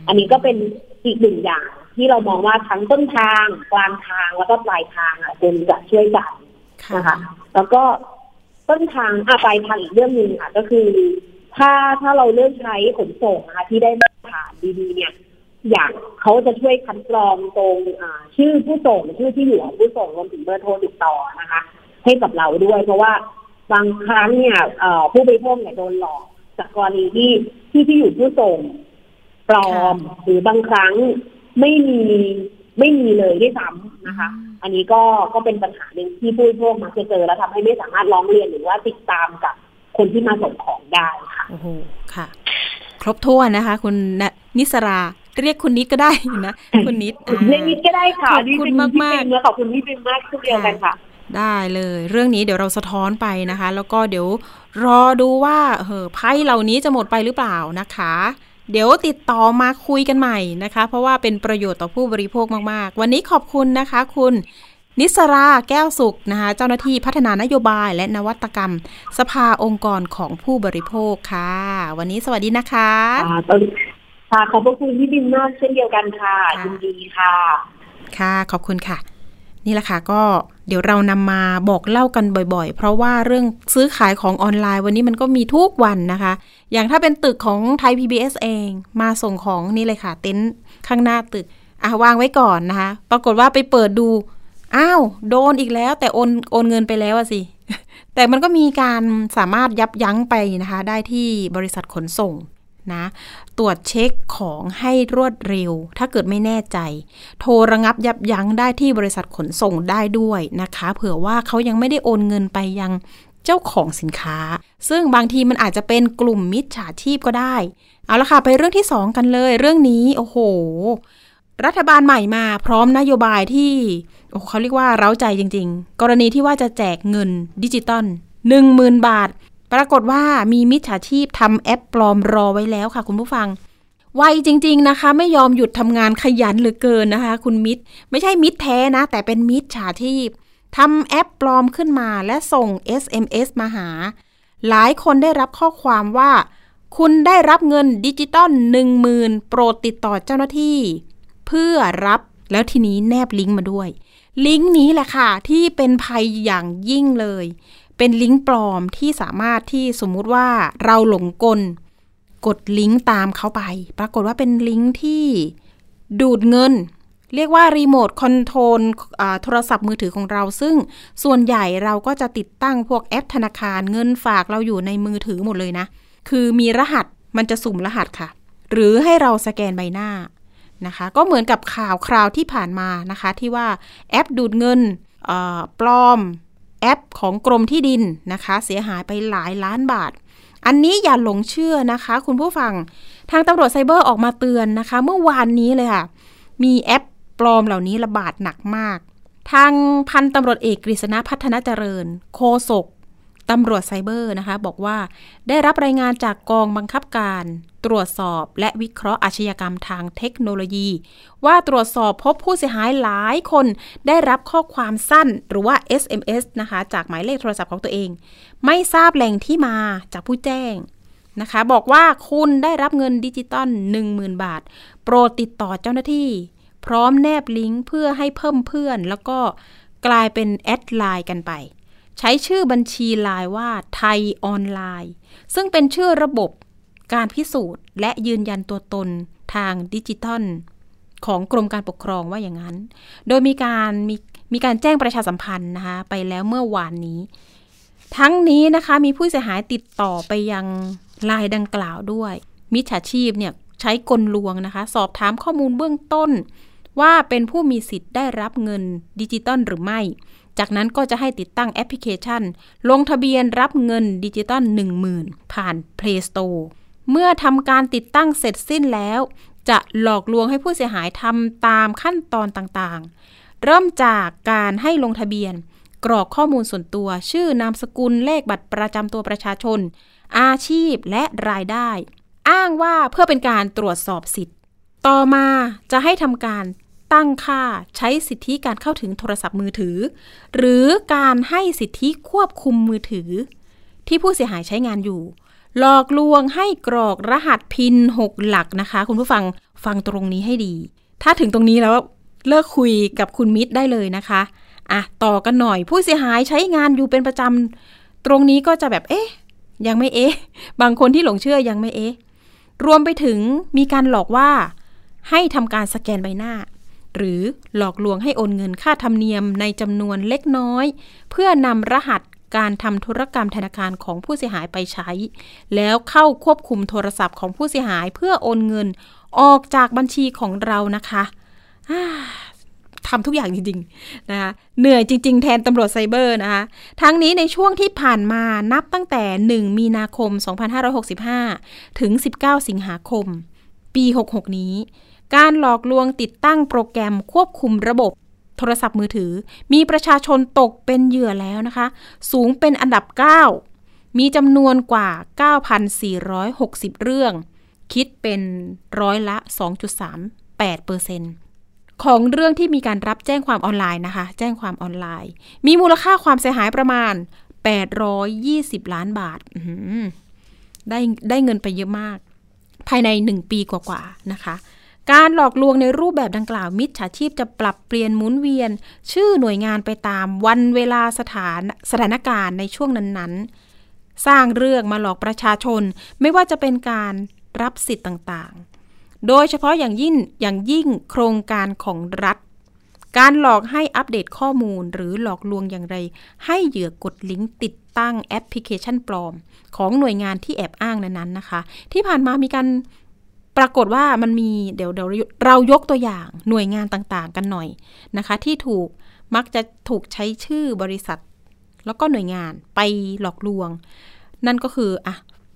อันนี้ก็เป็นอีกหนึ่งอย่างที่เรามองว่าทั้งต้นทางกลางทางแล้วก็ปลายทางอ่ะควรจะช่วยกันนะคะแล้วก็ต้นทางอ่ะปลายทางอีกเรื่องนึงค่ะก็คือถ้าถ้าเราเลือกใช้ขนส่งนะคะที่ได้มาตรฐานดีๆเนี่ยอย่างเขาจะช่วยคัดกรองตรงชื่อผู้ส่งชื่อที่อยู่ของผู้ส่งรวมถึงเบอร์โทรติดต่อนะคะให้กับเราด้วยเพราะว่าบางครั้งเนี่ยผู้บริโภคเนี่ยโดนหลอกจากกรณีที่ที่ที่อยู่ผู้ส่งปลอมหรือบางครั้งไม่มีไม่มีเลยด้วยซ้ำนะคะอันนี้ก็ก็เป็นปัญหาหนึ่งที่ผู้บริโภคมักจะเจอแล้วทำให้ไม่สามารถร้องเรียนหรือว่าติดตามกับคนที่มาส่งของได้ค่ะโอ้โหค่ะครบถ้วนนะคะคุณนิสราเรียกคุณนิดก็ได้นะคุณนิดเรียกนิดก็ได้ค่ะขอบคุณมากมากขอบคุณพี่เป็นมากทุกเดียวกันค่ะได้เลยเรื่องนี้เดี๋ยวเราสะท้อนไปนะคะแล้วก็เดี๋ยวรอดูว่าเออไพ่เหล่านี้จะหมดไปหรือเปล่านะคะเดี๋ยวติดต่อมาคุยกันใหม่นะคะเพราะว่าเป็นประโยชน์ต่อผู้บริโภคมากๆวันนี้ขอบคุณนะคะคุณนิสราแก้วสุขนะคะเจ้าหน้าที่พัฒนานโยบายและนวัตกรรมสภาองค์กรของผู้บริโภคค่ะวันนี้สวัสดีนะคะค่ะขอบคุณพี่บินมากเช่นเดียวกันค่ะยินดีค่ะค่ะขอบคุณค่ะนี่แหละค่ะก็เดี๋ยวเรานำมาบอกเล่ากันบ่อยๆเพราะว่าเรื่องซื้อขายของออนไลน์วันนี้มันก็มีทุกวันนะคะอย่างถ้าเป็นตึกของไทย พี บี เอส เองมาส่งของนี่เลยค่ะเต็นท์ข้างหน้าตึกอ่ะวางไว้ก่อนนะคะปรากฏว่าไปเปิดดูอ้าวโดนอีกแล้วแต่โอนโอนเงินไปแล้วอะสิแต่มันก็มีการสามารถยับยั้งไปนะคะได้ที่บริษัทขนส่งนะตรวจเช็คของให้รวดเร็วถ้าเกิดไม่แน่ใจโทรระงับยับยั้งได้ที่บริษัทขนส่งได้ด้วยนะคะเผื่อว่าเขายังไม่ได้โอนเงินไปยังเจ้าของสินค้าซึ่งบางทีมันอาจจะเป็นกลุ่มมิจฉาชีพก็ได้เอาละค่ะไปเรื่องที่สองกันเลยเรื่องนี้โอ้โหรัฐบาลใหม่มาพร้อมนโยบายที่โอ้เขาเรียกว่าเร้าใจจริงๆกรณีที่ว่าจะแจกเงินดิจิตอล หนึ่งหมื่น บาทปรากฏว่ามีมิจฉาชีพทำแอปปลอมรอไว้แล้วค่ะคุณผู้ฟังไวจริงๆนะคะไม่ยอมหยุดทำงานขยันเหลือเกินนะคะคุณมิตรไม่ใช่มิตรแท้นะแต่เป็นมิจฉาชีพทำแอปปลอมขึ้นมาและส่ง เอส เอ็ม เอส มาหาหลายคนได้รับข้อความว่าคุณได้รับเงินดิจิตอล หนึ่งหมื่น โปรดติดต่อเจ้าหน้าที่เพื่อรับแล้วทีนี้แนบลิงก์มาด้วยลิงก์นี้แหละค่ะที่เป็นภัยอย่างยิ่งเลยเป็นลิงก์ปลอมที่สามารถที่สมมุติว่าเราหลงกลกดลิงก์ตามเขาไปปรากฏว่าเป็นลิงก์ที่ดูดเงินเรียกว่ารีโมทคอนโทรลโทรศัพท์มือถือของเราซึ่งส่วนใหญ่เราก็จะติดตั้งพวกแอปธนาคารเงินฝากเราอยู่ในมือถือหมดเลยนะคือมีรหัสมันจะสุ่มรหัสค่ะหรือให้เราสแกนใบหน้านะคะก็เหมือนกับข่าวคราวที่ผ่านมานะคะที่ว่าแอปดูดเงินปลอมแอปของกรมที่ดินนะคะเสียหายไปหลายล้านบาทอันนี้อย่าหลงเชื่อนะคะคุณผู้ฟังทางตำรวจไซเบอร์ออกมาเตือนนะคะเมื่อวานนี้เลยค่ะมีแอปปลอมเหล่านี้ระบาดหนักมากทางพันตำรวจเอกกฤษณะพัฒนาเจริญโฆษกตำรวจไซเบอร์นะคะบอกว่าได้รับรายงานจากกองบังคับการตรวจสอบและวิเคราะห์อาชญากรรมทางเทคโนโลยีว่าตรวจสอบพบผู้เสียหายหลายคนได้รับข้อความสั้นหรือว่า เอส เอ็ม เอส นะคะจากหมายเลขโทรศัพท์ของตัวเองไม่ทราบแหล่งที่มาจากผู้แจ้งนะคะบอกว่าคุณได้รับเงินดิจิตอล หนึ่งหมื่น บาทโปรดติดต่อเจ้าหน้าที่พร้อมแนบลิงก์เพื่อให้เพิ่มเพื่อนแล้วก็กลายเป็นแอดไลน์กันไปใช้ชื่อบัญชีไลน์ว่าไทยออนไลน์ซึ่งเป็นชื่อระบบการพิสูจน์และยืนยันตัวตนทางดิจิทัลของกรมการปกครองว่าอย่างนั้นโดยมีการมีมีการแจ้งประชาสัมพันธ์นะคะไปแล้วเมื่อวานนี้ทั้งนี้นะคะมีผู้เสียหายติดต่อไปยังไลน์ดังกล่าวด้วยมิจฉาชีพเนี่ยใช้กลลวงนะคะสอบถามข้อมูลเบื้องต้นว่าเป็นผู้มีสิทธิ์ได้รับเงินดิจิตอลหรือไม่จากนั้นก็จะให้ติดตั้งแอปพลิเคชันลงทะเบียนรับเงินดิจิตอล หนึ่งหมื่น ผ่าน Play Store เมื่อทำการติดตั้งเสร็จสิ้นแล้วจะหลอกลวงให้ผู้เสียหายทำตามขั้นตอนต่างๆเริ่มจากการให้ลงทะเบียนกรอกข้อมูลส่วนตัวชื่อนามสกุลเลขบัตรประจำตัวประชาชนอาชีพและรายได้อ้างว่าเพื่อเป็นการตรวจสอบสิทธิ์ต่อมาจะให้ทำการตั้งค่าใช้สิทธิการเข้าถึงโทรศัพท์มือถือหรือการให้สิทธิควบคุมมือถือที่ผู้เสียหายใช้งานอยู่หลอกลวงให้กรอกรหัสพินหกหลักนะคะคุณผู้ฟังฟังตรงนี้ให้ดีถ้าถึงตรงนี้แล้วเลิกคุยกับคุณมิตรได้เลยนะคะอ่ะต่อกันหน่อยผู้เสียหายใช้งานอยู่เป็นประจำตรงนี้ก็จะแบบเอ๊ะยังไม่เอ๊ะบางคนที่หลงเชื่อยังไม่เอ๊ะรวมไปถึงมีการหลอกว่าให้ทำการสแกนใบหน้าหรือหลอกลวงให้โอนเงินค่าธรรมเนียมในจำนวนเล็กน้อยเพื่อนำรหัสการทำธุรกรรมธนาคารของผู้เสียหายไปใช้แล้วเข้าควบคุมโทรศัพท์ของผู้เสียหายเพื่อโอนเงินออกจากบัญชีของเรานะคะทำทุกอย่างจริงๆนะคะเหนื่อยจริงๆแทนตำรวจไซเบอร์นะคะทั้งนี้ในช่วงที่ผ่านมานับตั้งแต่หนึ่งมีนาคมสองพันห้าร้อยหกสิบห้าถึงสิบเก้าสิงหาคมปีหกสิบหกนี้การหลอกลวงติดตั้งโปรแกรมควบคุมระบบโทรศัพท์มือถือมีประชาชนตกเป็นเหยื่อแล้วนะคะสูงเป็นอันดับเก้ามีจำนวนกว่า เก้าพันสี่ร้อยหกสิบ เรื่องคิดเป็นร้อยละ สองจุดสามแปดเปอร์เซ็นต์ ของเรื่องที่มีการรับแจ้งความออนไลน์นะคะแจ้งความออนไลน์มีมูลค่าความเสียหายประมาณแปดร้อยยี่สิบล้านบาทได้ได้เงินไปเยอะมากภายในหนึ่งปีกว่าๆนะคะการหลอกลวงในรูปแบบดังกล่าวมิจฉาชีพจะปรับเปลี่ยนหมุนเวียนชื่อหน่วยงานไปตามวันเวลาสถานสถานการณ์ในช่วงนั้นๆสร้างเรื่องมาหลอกประชาชนไม่ว่าจะเป็นการรับสิทธิ์ต่างๆโดยเฉพาะอย่างยิ่งอย่างยิ่งโครงการของรัฐการหลอกให้อัปเดตข้อมูลหรือหลอกลวงอย่างไรให้เหยื่อกดลิงก์ติดตั้งแอปพลิเคชันปลอมของหน่วยงานที่แอบอ้างนั้นๆนะคะที่ผ่านมามีการปรากฏว่ามันมีเดี๋ยวเดี๋ยวเรายกตัวอย่างหน่วยงานต่างๆกันหน่อยนะคะที่ถูกมักจะถูกใช้ชื่อบริษัทแล้วก็หน่วยงานไปหลอกลวงนั่นก็คืออ่ะ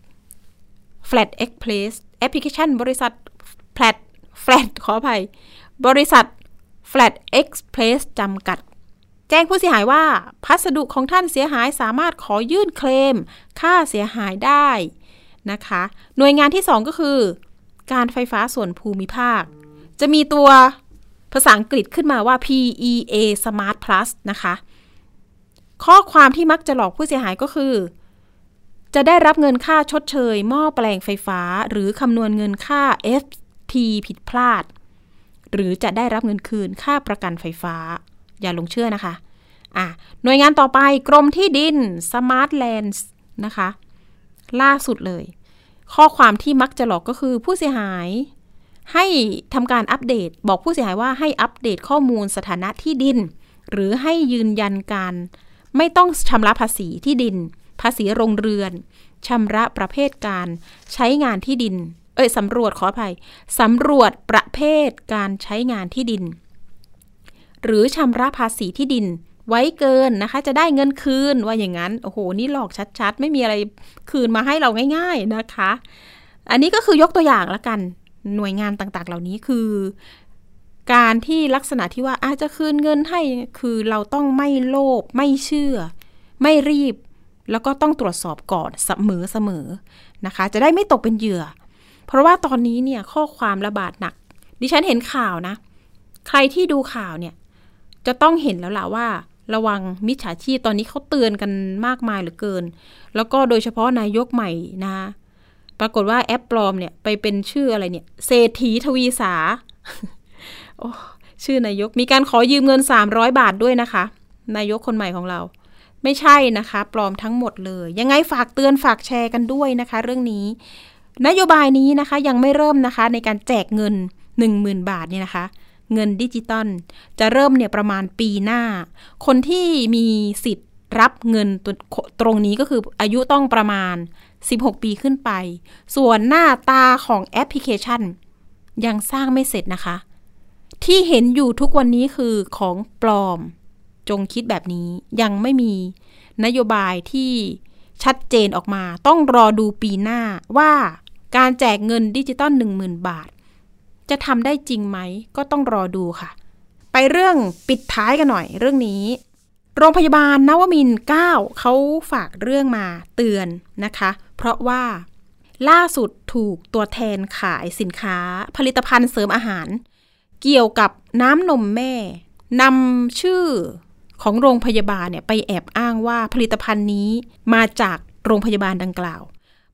Flat Express แอปพลิเคชันบริษัท Flat Flat ขออภัยบริษัท Flat Express จำกัดแจ้งผู้เสียหายว่าพัสดุของท่านเสียหายสามารถขอยื่นเคลมค่าเสียหายได้นะคะหน่วยงานที่สองก็คือการไฟฟ้าส่วนภูมิภาคจะมีตัวภาษาอังกฤษขึ้นมาว่า พี อี เอ Smart Plus นะคะข้อความที่มักจะหลอกผู้เสียหายก็คือจะได้รับเงินค่าชดเชยหม้อแปลงไฟฟ้าหรือคำนวณเงินค่า เอฟ ที ผิดพลาดหรือจะได้รับเงินคืนค่าประกันไฟฟ้าอย่าหลงเชื่อนะคะอ่ะหน่วยงานต่อไปกรมที่ดิน Smart Lands นะคะล่าสุดเลยข้อความที่มักจะหลอกก็คือผู้เสียหายให้ทำการอัปเดตบอกผู้เสียหายว่าให้อัปเดตข้อมูลสถานะที่ดินหรือให้ยืนยันการไม่ต้องชำระภาษีที่ดินภาษีโรงเรือนชำระประเภทการใช้งานที่ดินเอ้ยสำรวจขออภัยสำรวจประเภทการใช้งานที่ดินหรือชำระภาษีที่ดินไว้เกินนะคะจะได้เงินคืนว่าอย่างนั้นโอ้โหนี่หลอกชัดๆไม่มีอะไรคืนมาให้เราง่ายๆนะคะอันนี้ก็คือยกตัวอย่างละกันหน่วยงานต่างๆเหล่านี้คือการที่ลักษณะที่ว่าอาจจะคืนเงินให้คือเราต้องไม่โลภไม่เชื่อไม่รีบแล้วก็ต้องตรวจสอบก่อนเสมอเสมอนะคะจะได้ไม่ตกเป็นเหยื่อเพราะว่าตอนนี้เนี่ยข้อความระบาดหนักดิฉันเห็นข่าวนะใครที่ดูข่าวเนี่ยจะต้องเห็นแล้วล่ะว่าระวังมิจฉาชีพตอนนี้เขาเตือนกันมากมายเหลือเกินแล้วก็โดยเฉพาะนายกใหม่นะปรากฏว่าแอปปลอมเนี่ยไปเป็นชื่ออะไรเนี่ยเศรษฐีทวีสา โอ้ชื่อนายกมีการขอยืมเงินสามร้อยบาทด้วยนะคะนายกคนใหม่ของเราไม่ใช่นะคะปลอมทั้งหมดเลยยังไงฝากเตือนฝากแชร์กันด้วยนะคะเรื่องนี้นโยบายนี้นะคะยังไม่เริ่มนะคะในการแจกเงิน หนึ่งหมื่น บาทเนี่ยนะคะเงินดิจิตอลจะเริ่มเนี่ยประมาณปีหน้าคนที่มีสิทธิ์รับเงินตรงนี้ก็คืออายุต้องประมาณสิบหกปีขึ้นไปส่วนหน้าตาของแอปพลิเคชันยังสร้างไม่เสร็จนะคะที่เห็นอยู่ทุกวันนี้คือของปลอมจงคิดแบบนี้ยังไม่มีนโยบายที่ชัดเจนออกมาต้องรอดูปีหน้าว่าการแจกเงินดิจิตอล หนึ่งหมื่น บาทจะทำได้จริงไหมก็ต้องรอดูค่ะไปเรื่องปิดท้ายกันหน่อยเรื่องนี้โรงพยาบาลนวมินทร์เก้าเขาฝากเรื่องมาเตือนนะคะเพราะว่าล่าสุดถูกตัวแทนขายสินค้าผลิตภัณฑ์เสริมอาหารเกี่ยวกับน้ำนมแม่นำชื่อของโรงพยาบาลเนี่ยไปแอบอ้างว่าผลิตภัณฑ์นี้มาจากโรงพยาบาลดังกล่าว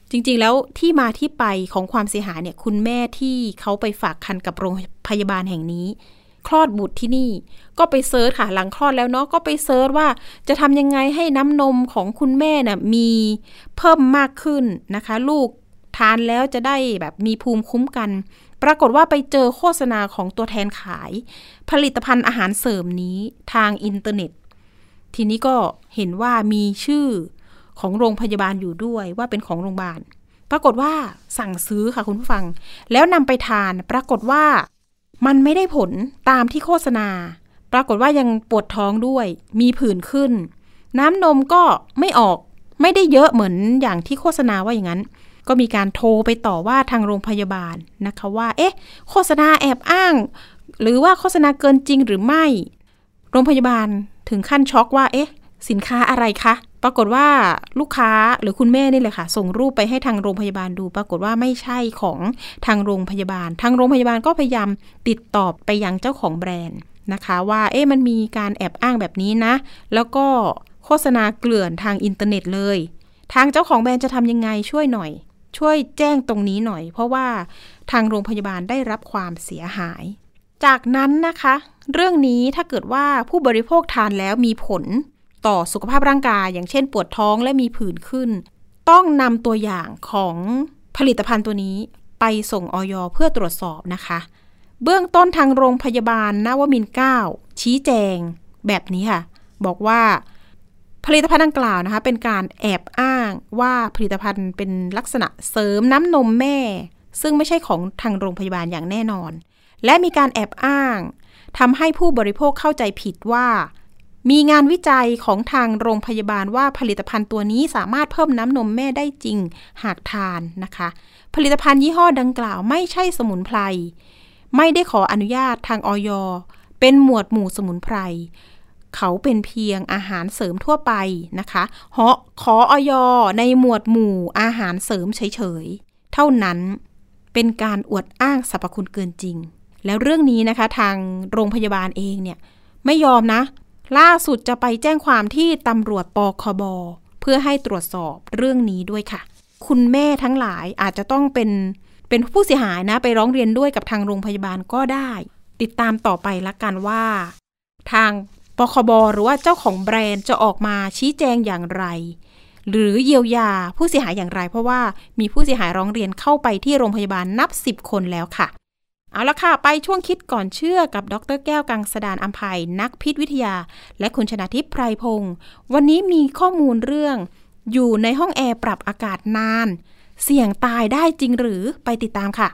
จริงๆแล้วที่มาที่ไปของความเสียหายเนี่ยคุณแม่ที่เขาไปฝากครรภ์กับโรงพยาบาลแห่งนี้คลอดบุตรที่นี่ก็ไปเซิร์ชค่ะหลังคลอดแล้วเนาะก็ไปเซิร์ชว่าจะทำยังไงให้น้ำนมของคุณแม่น่ะมีเพิ่มมากขึ้นนะคะลูกทานแล้วจะได้แบบมีภูมิคุ้มกันปรากฏว่าไปเจอโฆษณาของตัวแทนขายผลิตภัณฑ์อาหารเสริมนี้ทางอินเทอร์เน็ตทีนี้ก็เห็นว่ามีชื่อของโรงพยาบาลอยู่ด้วยว่าเป็นของโรงพยาบาลปรากฏว่าสั่งซื้อค่ะคุณผู้ฟังแล้วนำไปทานปรากฏว่ามันไม่ได้ผลตามที่โฆษณาปรากฏว่ายังปวดท้องด้วยมีผื่นขึ้นน้ำนมก็ไม่ออกไม่ได้เยอะเหมือนอย่างที่โฆษณาว่าอย่างนั้นก็มีการโทรไปต่อว่าทางโรงพยาบาลนะคะว่าเอ๊ะโฆษณาแอบอ้างหรือว่าโฆษณาเกินจริงหรือไม่โรงพยาบาลถึงขั้นช็อกว่าเอ๊ะสินค้าอะไรคะปรากฏว่าลูกค้าหรือคุณแม่นี่แหละค่ะส่งรูปไปให้ทางโรงพยาบาลดูปรากฏว่าไม่ใช่ของทางโรงพยาบาลทางโรงพยาบาลก็พยายามติดต่อไปยังเจ้าของแบรนด์นะคะว่าเอ๊ะมันมีการแอบอ้างแบบนี้นะแล้วก็โฆษณาเกลื่อนทางอินเทอร์เน็ตเลยทางเจ้าของแบรนด์จะทำยังไงช่วยหน่อยช่วยแจ้งตรงนี้หน่อยเพราะว่าทางโรงพยาบาลได้รับความเสียหายจากนั้นนะคะเรื่องนี้ถ้าเกิดว่าผู้บริโภคทานแล้วมีผลต่อสุขภาพร่างกายอย่างเช่นปวดท้องและมีผื่นขึ้นต้องนำตัวอย่างของผลิตภัณฑ์ตัวนี้ไปส่งอย.เพื่อตรวจสอบนะคะเบื้องต้นทางโรงพยาบาลนวมินทร์เก้าชี้แจงแบบนี้ค่ะบอกว่าผลิตภัณฑ์ดังกล่าวนะคะเป็นการแอบอ้างว่าผลิตภัณฑ์เป็นลักษณะเสริมน้ำนมแม่ซึ่งไม่ใช่ของทางโรงพยาบาลอย่างแน่นอนและมีการแอบอ้างทำให้ผู้บริโภคเข้าใจผิดว่ามีงานวิจัยของทางโรงพยาบาลว่าผลิตภัณฑ์ตัวนี้สามารถเพิ่มน้ำนมแม่ได้จริงหากทานนะคะผลิตภัณฑ์ยี่ห้อดังกล่าวไม่ใช่สมุนไพรไม่ได้ขออนุญาตทางอย.เป็นหมวดหมู่สมุนไพรเขาเป็นเพียงอาหารเสริมทั่วไปนะคะขออย.ในหมวดหมู่อาหารเสริมเฉยๆเท่านั้นเป็นการอวดอ้างสรรพคุณเกินจริงแล้วเรื่องนี้นะคะทางโรงพยาบาลเองเนี่ยไม่ยอมนะล่าสุดจะไปแจ้งความที่ตำรวจปคบ.เพื่อให้ตรวจสอบเรื่องนี้ด้วยค่ะคุณแม่ทั้งหลายอาจจะต้องเป็นเป็นผู้เสียหายนะไปร้องเรียนด้วยกับทางโรงพยาบาลก็ได้ติดตามต่อไปละกันว่าทางปคบ.หรือว่าเจ้าของแบรนด์จะออกมาชี้แจงอย่างไรหรือเยียวยาผู้เสียหายอย่างไรเพราะว่ามีผู้เสียหายร้องเรียนเข้าไปที่โรงพยาบาลนับสิบคนแล้วค่ะเอาละค่ะไปช่วงคิดก่อนเชื่อกับดร.แก้วกังสดาลอำไพนักพิษวิทยาและคุณชนาทิพย์ไพรพงศ์วันนี้มีข้อมูลเรื่องอยู่ในห้องแอร์ปรับอากาศนานเสี่ยงตายได้จริงหรือไปติดตามค่ะ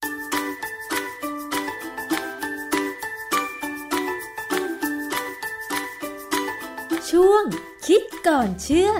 ช่วงคิดก่อนเชื่อ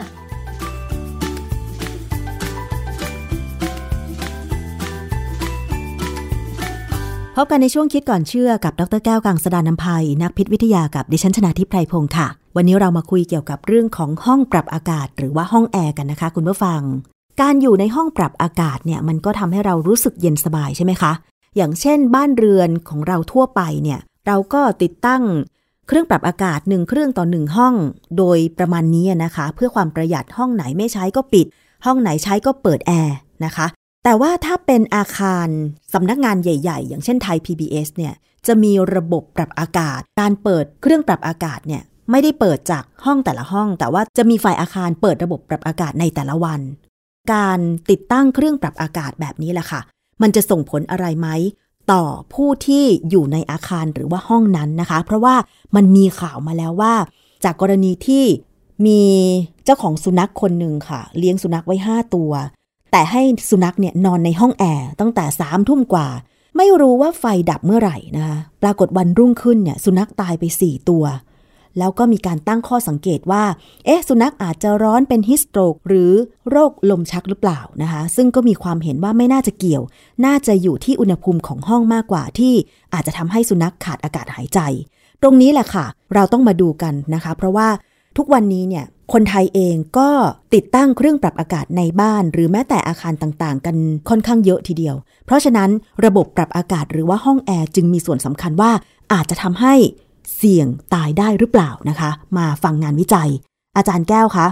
พบกันในช่วงคิดก่อนเชื่อกับดร.แก้วกังสดาลอำไพนักพิษวิทยากับดิฉันชนาทิพย์ไพรพงศ์ค่ะวันนี้เรามาคุยเกี่ยวกับเรื่องของห้องปรับอากาศหรือว่าห้องแอร์กันนะคะคุณผู้ฟังการอยู่ในห้องปรับอากาศเนี่ยมันก็ทำให้เรารู้สึกเย็นสบายใช่ไหมคะอย่างเช่นบ้านเรือนของเราทั่วไปเนี่ยเราก็ติดตั้งเครื่องปรับอากาศหนึ่งเครื่องต่อหนึ่งห้องโดยประมาณนี้นะคะเพื่อความประหยัดห้องไหนไม่ใช้ก็ปิดห้องไหนใช้ก็เปิดแอร์นะคะแต่ว่าถ้าเป็นอาคารสำนักงานใหญ่ๆอย่างเช่นไทย พี บี เอส เนี่ยจะมีระบบปรับอากาศการเปิดเครื่องปรับอากาศเนี่ยไม่ได้เปิดจากห้องแต่ละห้องแต่ว่าจะมีฝ่ายอาคารเปิดระบบปรับอากาศในแต่ละวันการติดตั้งเครื่องปรับอากาศแบบนี้แหละค่ะมันจะส่งผลอะไรไหมต่อผู้ที่อยู่ในอาคารหรือว่าห้องนั้นนะคะเพราะว่ามันมีข่าวมาแล้วว่าจากกรณีที่มีเจ้าของสุนัขคนหนึ่งค่ะเลี้ยงสุนัขไว้ห้าตัวแต่ให้สุนัขเนี่ยนอนในห้องแอร์ตั้งแต่สามทุ่มกว่าไม่รู้ว่าไฟดับเมื่อไหร่นะคะปรากฏวันรุ่งขึ้นเนี่ยสุนัขตายไปสี่ตัวแล้วก็มีการตั้งข้อสังเกตว่าเอ๊ะสุนัขอาจจะร้อนเป็นฮิสโตรกหรือโรคลมชักหรือเปล่านะคะซึ่งก็มีความเห็นว่าไม่น่าจะเกี่ยวน่าจะอยู่ที่อุณหภูมิของห้องมากกว่าที่อาจจะทำให้สุนัขขาดอากาศหายใจตรงนี้แหละค่ะเราต้องมาดูกันนะคะเพราะว่าทุกวันนี้เนี่ยคนไทยเองก็ติดตั้งเครื่องปรับอากาศในบ้านหรือแม้แต่อาคารต่างๆกันค่อนข้างเยอะทีเดียวเพราะฉะนั้นระบบปรับอากาศหรือว่าห้องแอร์จึงมีส่วนสำคัญว่าอาจจะทำให้เสี่ยงตายได้หรือเปล่านะคะมาฟังงานวิจัยอาจารย์แก้วคะ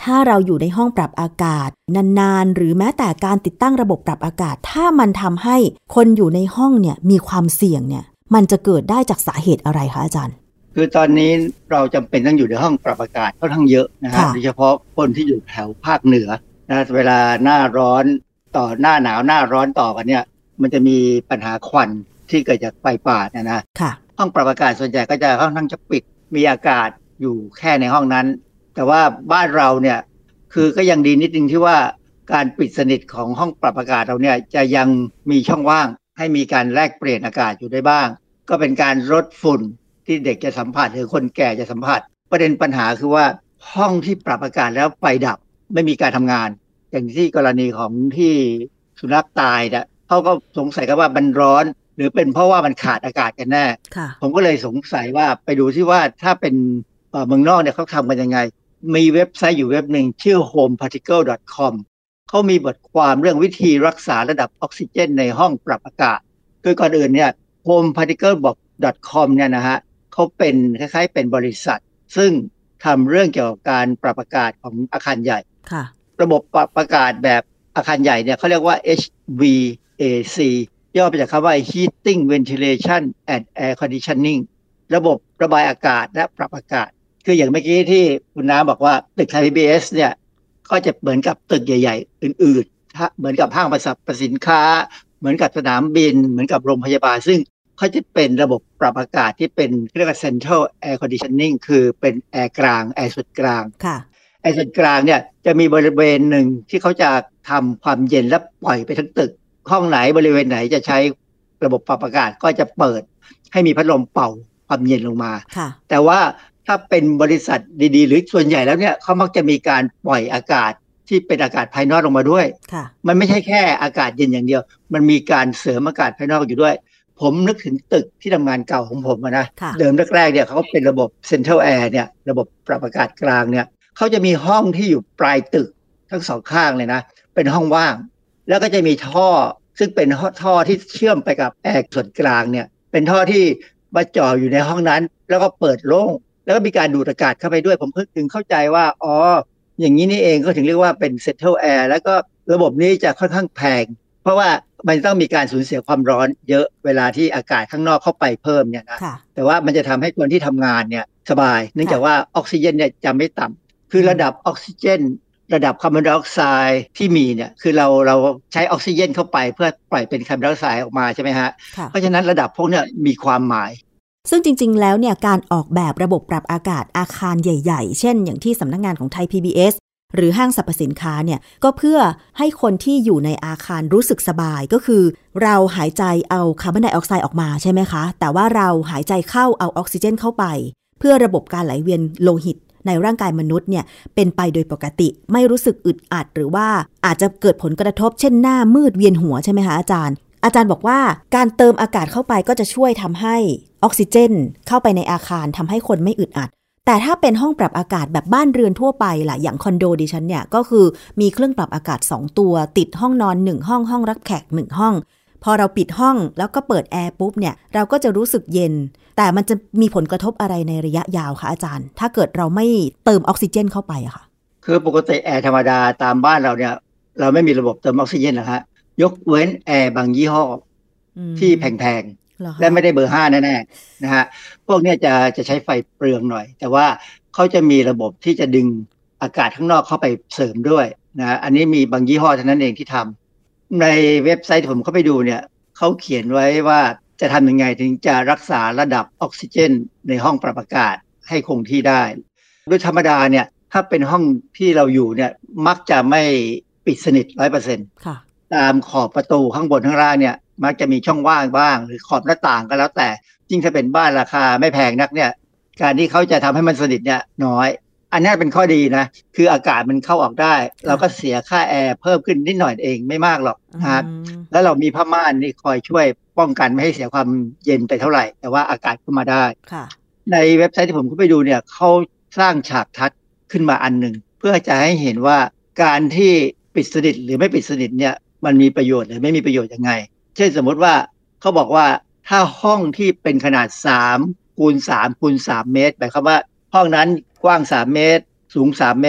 ถ้าเราอยู่ในห้องปรับอากาศนานๆหรือแม้แต่การติดตั้งระบบปรับอากาศถ้ามันทำให้คนอยู่ในห้องเนี่ยมีความเสี่ยงเนี่ยมันจะเกิดได้จากสาเหตุอะไรคะอาจารย์คือตอนนี้เราจำเป็นต้องอยู่ในห้องปรับอากาศค่อนข้างเยอะนะฮะโดยเฉพาะคนที่อยู่แถวภาคเหนือนะเวลาหน้าร้อนต่อหน้าหนาวหน้าร้อนต่อกันเนี่ยมันจะมีปัญหาควันที่เกิดจากไฟป่านะนะห้องปรับอากาศส่วนใหญ่ก็จะค่อนข้างจะปิดมีอากาศอยู่แค่ในห้องนั้นแต่ว่าบ้านเราเนี่ยคือก็ยังดีนิดนึงที่ว่าการปิดสนิทของห้องปรับอากาศเราเนี่ยจะยังมีช่องว่างให้มีการแลกเปลี่ยนอากาศอยู่ได้บ้างก็เป็นการลดฝุ่นที่เด็กจะสัมผัสหรือคนแก่จะสัมผัสประเด็นปัญหาคือว่าห้องที่ปรับอากาศแล้วไฟดับไม่มีการทำงานอย่างที่กรณีของที่สุนัขตายเนี่ยเขาก็สงสัยกันว่ามันร้อนหรือเป็นเพราะว่ามันขาดอากาศกันแน่ผมก็เลยสงสัยว่าไปดูที่ว่าถ้าเป็นเมืองนอกเนี่ยเขาทำกันยังไงมีเว็บไซต์อยู่เว็บหนึ่งชื่อ โฮม พาร์ติเคิล ดอท คอม เขามีบทความเรื่องวิธีรักษาระดับออกซิเจนในห้องปรับอากาศคือก่อนอื่นเนี่ย โฮม พาร์ติเคิล ดอท คอม เนี่ยนะฮะเขาเป็นคล้ายๆเป็นบริษัทซึ่งทำเรื่องเกี่ยวกับการปรับอากาศของอาคารใหญ่ระบบปรับอากาศแบบอาคารใหญ่เนี่ยเขาเรียกว่า เอช วี เอ ซี ย่อมาจากคำว่า Heating Ventilation and Air Conditioning ระบบระบายอากาศและปรับอากาศคืออย่างเมื่อกี้ที่คุณน้าบอกว่าตึกไทย พี บี เอส เนี่ยก็จะเหมือนกับตึกใหญ่ๆอื่นๆเหมือนกับห้างสรรพสินค้าเหมือนกับสนามบินเหมือนกับโรงพยาบาลซึ่งเขาจะเป็นระบบปรับอากาศที่เป็นเรียกว่า Central Air Conditioning คือเป็นแอร์กลางแอร์ส่วนกลางแอร์ส่วนกลางเนี่ยจะมีบริเวณหนึ่งที่เขาจะทำความเย็นและปล่อยไปทั้งตึกห้องไหนบริเวณไหนจะใช้ระบบปรับอากาศก็จะเปิดให้มีพัดลมเป่าความเย็นลงมาแต่ว่าถ้าเป็นบริษัทดีๆหรือส่วนใหญ่แล้วเนี่ยเขามักจะมีการปล่อยอากาศที่เป็นอากาศภายนอกลงมาด้วยมันไม่ใช่แค่อากาศเย็นอย่างเดียวมันมีการเสริมอากาศภายนอกอยู่ด้วยผมนึกถึงตึกที่ทำงานเก่าของผมนะเดิมแรกๆเนี่ยเขาก็เป็นระบบ Central Air เนี่ยระบบปรับอากาศกลางเนี่ยเขาจะมีห้องที่อยู่ปลายตึกทั้งสองข้างเลยนะเป็นห้องว่างแล้วก็จะมีท่อซึ่งเป็นท่อที่เชื่อมไปกับแอร์ส่วนกลางเนี่ยเป็นท่อที่มาจ่ออยู่ในห้องนั้นแล้วก็เปิดโล่งแล้วก็มีการดูดอากาศเข้าไปด้วยผมเพิ่งถึงเข้าใจว่าอ๋ออย่างนี้นี่เองก็ถึงเรียกว่าเป็น Central Air แล้วก็ระบบนี้จะค่อนข้างแพงเพราะว่ามันต้องมีการสูญเสียความร้อนเยอะเวลาที่อากาศข้างนอกเข้าไปเพิ่มเนี่ยนะแต่ว่ามันจะทำให้คนที่ทำงานเนี่ยสบายเนื่องจากว่าออกซิเจนเนี่ยจะไม่ต่ำคือระดับออกซิเจนระดับคาร์บอนไดออกไซด์ที่มีเนี่ยคือเราเราใช้ออกซิเจนเข้าไปเพื่อปล่อยเป็นคาร์บอนไดออกไซด์ออกมาใช่ไหมฮะเพราะฉะนั้นระดับพวกเนี่ยมีความหมายซึ่งจริงๆแล้วเนี่ยการออกแบบระบบปรับอากาศอาคารใหญ่ๆเช่นอย่างที่สำนักงานของไทย พี บี เอส หรือห้างสรรพสินค้าเนี่ยก็เพื่อให้คนที่อยู่ในอาคารรู้สึกสบายก็คือเราหายใจเอาคาร์บอนไดออกไซด์ออกมาใช่ไหมคะแต่ว่าเราหายใจเข้าเอาออกซิเจนเข้าไปเพื่อระบบการไหลเวียนโลหิตในร่างกายมนุษย์เนี่ยเป็นไปโดยปกติไม่รู้สึกอึดอัดหรือว่าอาจจะเกิดผลกระทบเช่นหน้ามืดเวียนหัวใช่ไหมคะอาจารย์อาจารย์บอกว่าการเติมอากาศเข้าไปก็จะช่วยทำให้ออกซิเจนเข้าไปในอาคารทำให้คนไม่อึดอัดแต่ถ้าเป็นห้องปรับอากาศแบบบ้านเรือนทั่วไปล่ะอย่างคอนโดดิฉันเนี่ยก็คือมีเครื่องปรับอากาศสองตัวติดห้องนอนหนึ่งห้องห้องรับแขกหนึ่งห้องพอเราปิดห้องแล้วก็เปิดแอร์ปุ๊บเนี่ยเราก็จะรู้สึกเย็นแต่มันจะมีผลกระทบอะไรในระยะยาวคะอาจารย์ถ้าเกิดเราไม่เติมออกซิเจนเข้าไปอะค่ะคือปกติแอร์ธรรมดาตามบ้านเราเนี่ยเราไม่มีระบบเติมออกซิเจนนะฮะยกเว้นแอร์บางยี่ห้อที่แพงๆและไม่ได้เบอร์ห้าแน่ๆนะฮะพวกนี้จะจะใช้ไฟเปลืองหน่อยแต่ว่าเขาจะมีระบบที่จะดึงอากาศข้างนอกเข้าไปเสริมด้วยนะอันนี้มีบางยี่ห้อเท่านั้นเองที่ทำในเว็บไซต์ที่ผมเข้าไปดูเนี่ยเขาเขียนไว้ว่าจะทำยังไงถึงจะรักษาระดับออกซิเจนในห้องปรับอากาศให้คงที่ได้โดยธรรมดาเนี่ยถ้าเป็นห้องที่เราอยู่เนี่ยมักจะไม่ปิดสนิท ร้อยเปอร์เซ็นต์ ค่ะตามขอบประตูข้างบนข้างล่างเนี่ยมักจะมีช่องว่างบ้างหรือขอบหน้าต่างก็แล้วแต่ยิ่งถ้าเป็นบ้านราคาไม่แพงนักเนี่ยการที่เขาจะทำให้มันสนิทเนี่ยน้อยอันนี้เป็นข้อดีนะคืออากาศมันเข้าออกได้เราก็เสียค่าแอร์เพิ่มขึ้นนิดหน่อยเองไม่มากหรอกนะครับแล้วเรามีผ้าม่านนี่คอยช่วยป้องกันไม่ให้เสียความเย็นไปเท่าไหร่แต่ว่าอากาศเข้ามาได้ในเว็บไซต์ที่ผมเข้าไปดูเนี่ยเขาสร้างฉากทัศน์ขึ้นมาอันหนึ่งเพื่อจะให้เห็นว่าการที่ปิดสนิทหรือไม่ปิดสนิทเนี่ยมันมีประโยชน์หรือไม่มีประโยชน์ยังไงเช่นสมมติว่าเขาบอกว่าถ้าห้องที่เป็นขนาดสามคูณสามคูณสามเมตรหมายความว่าห้องนั้นกว้างสามเมตรสูงสามเมตร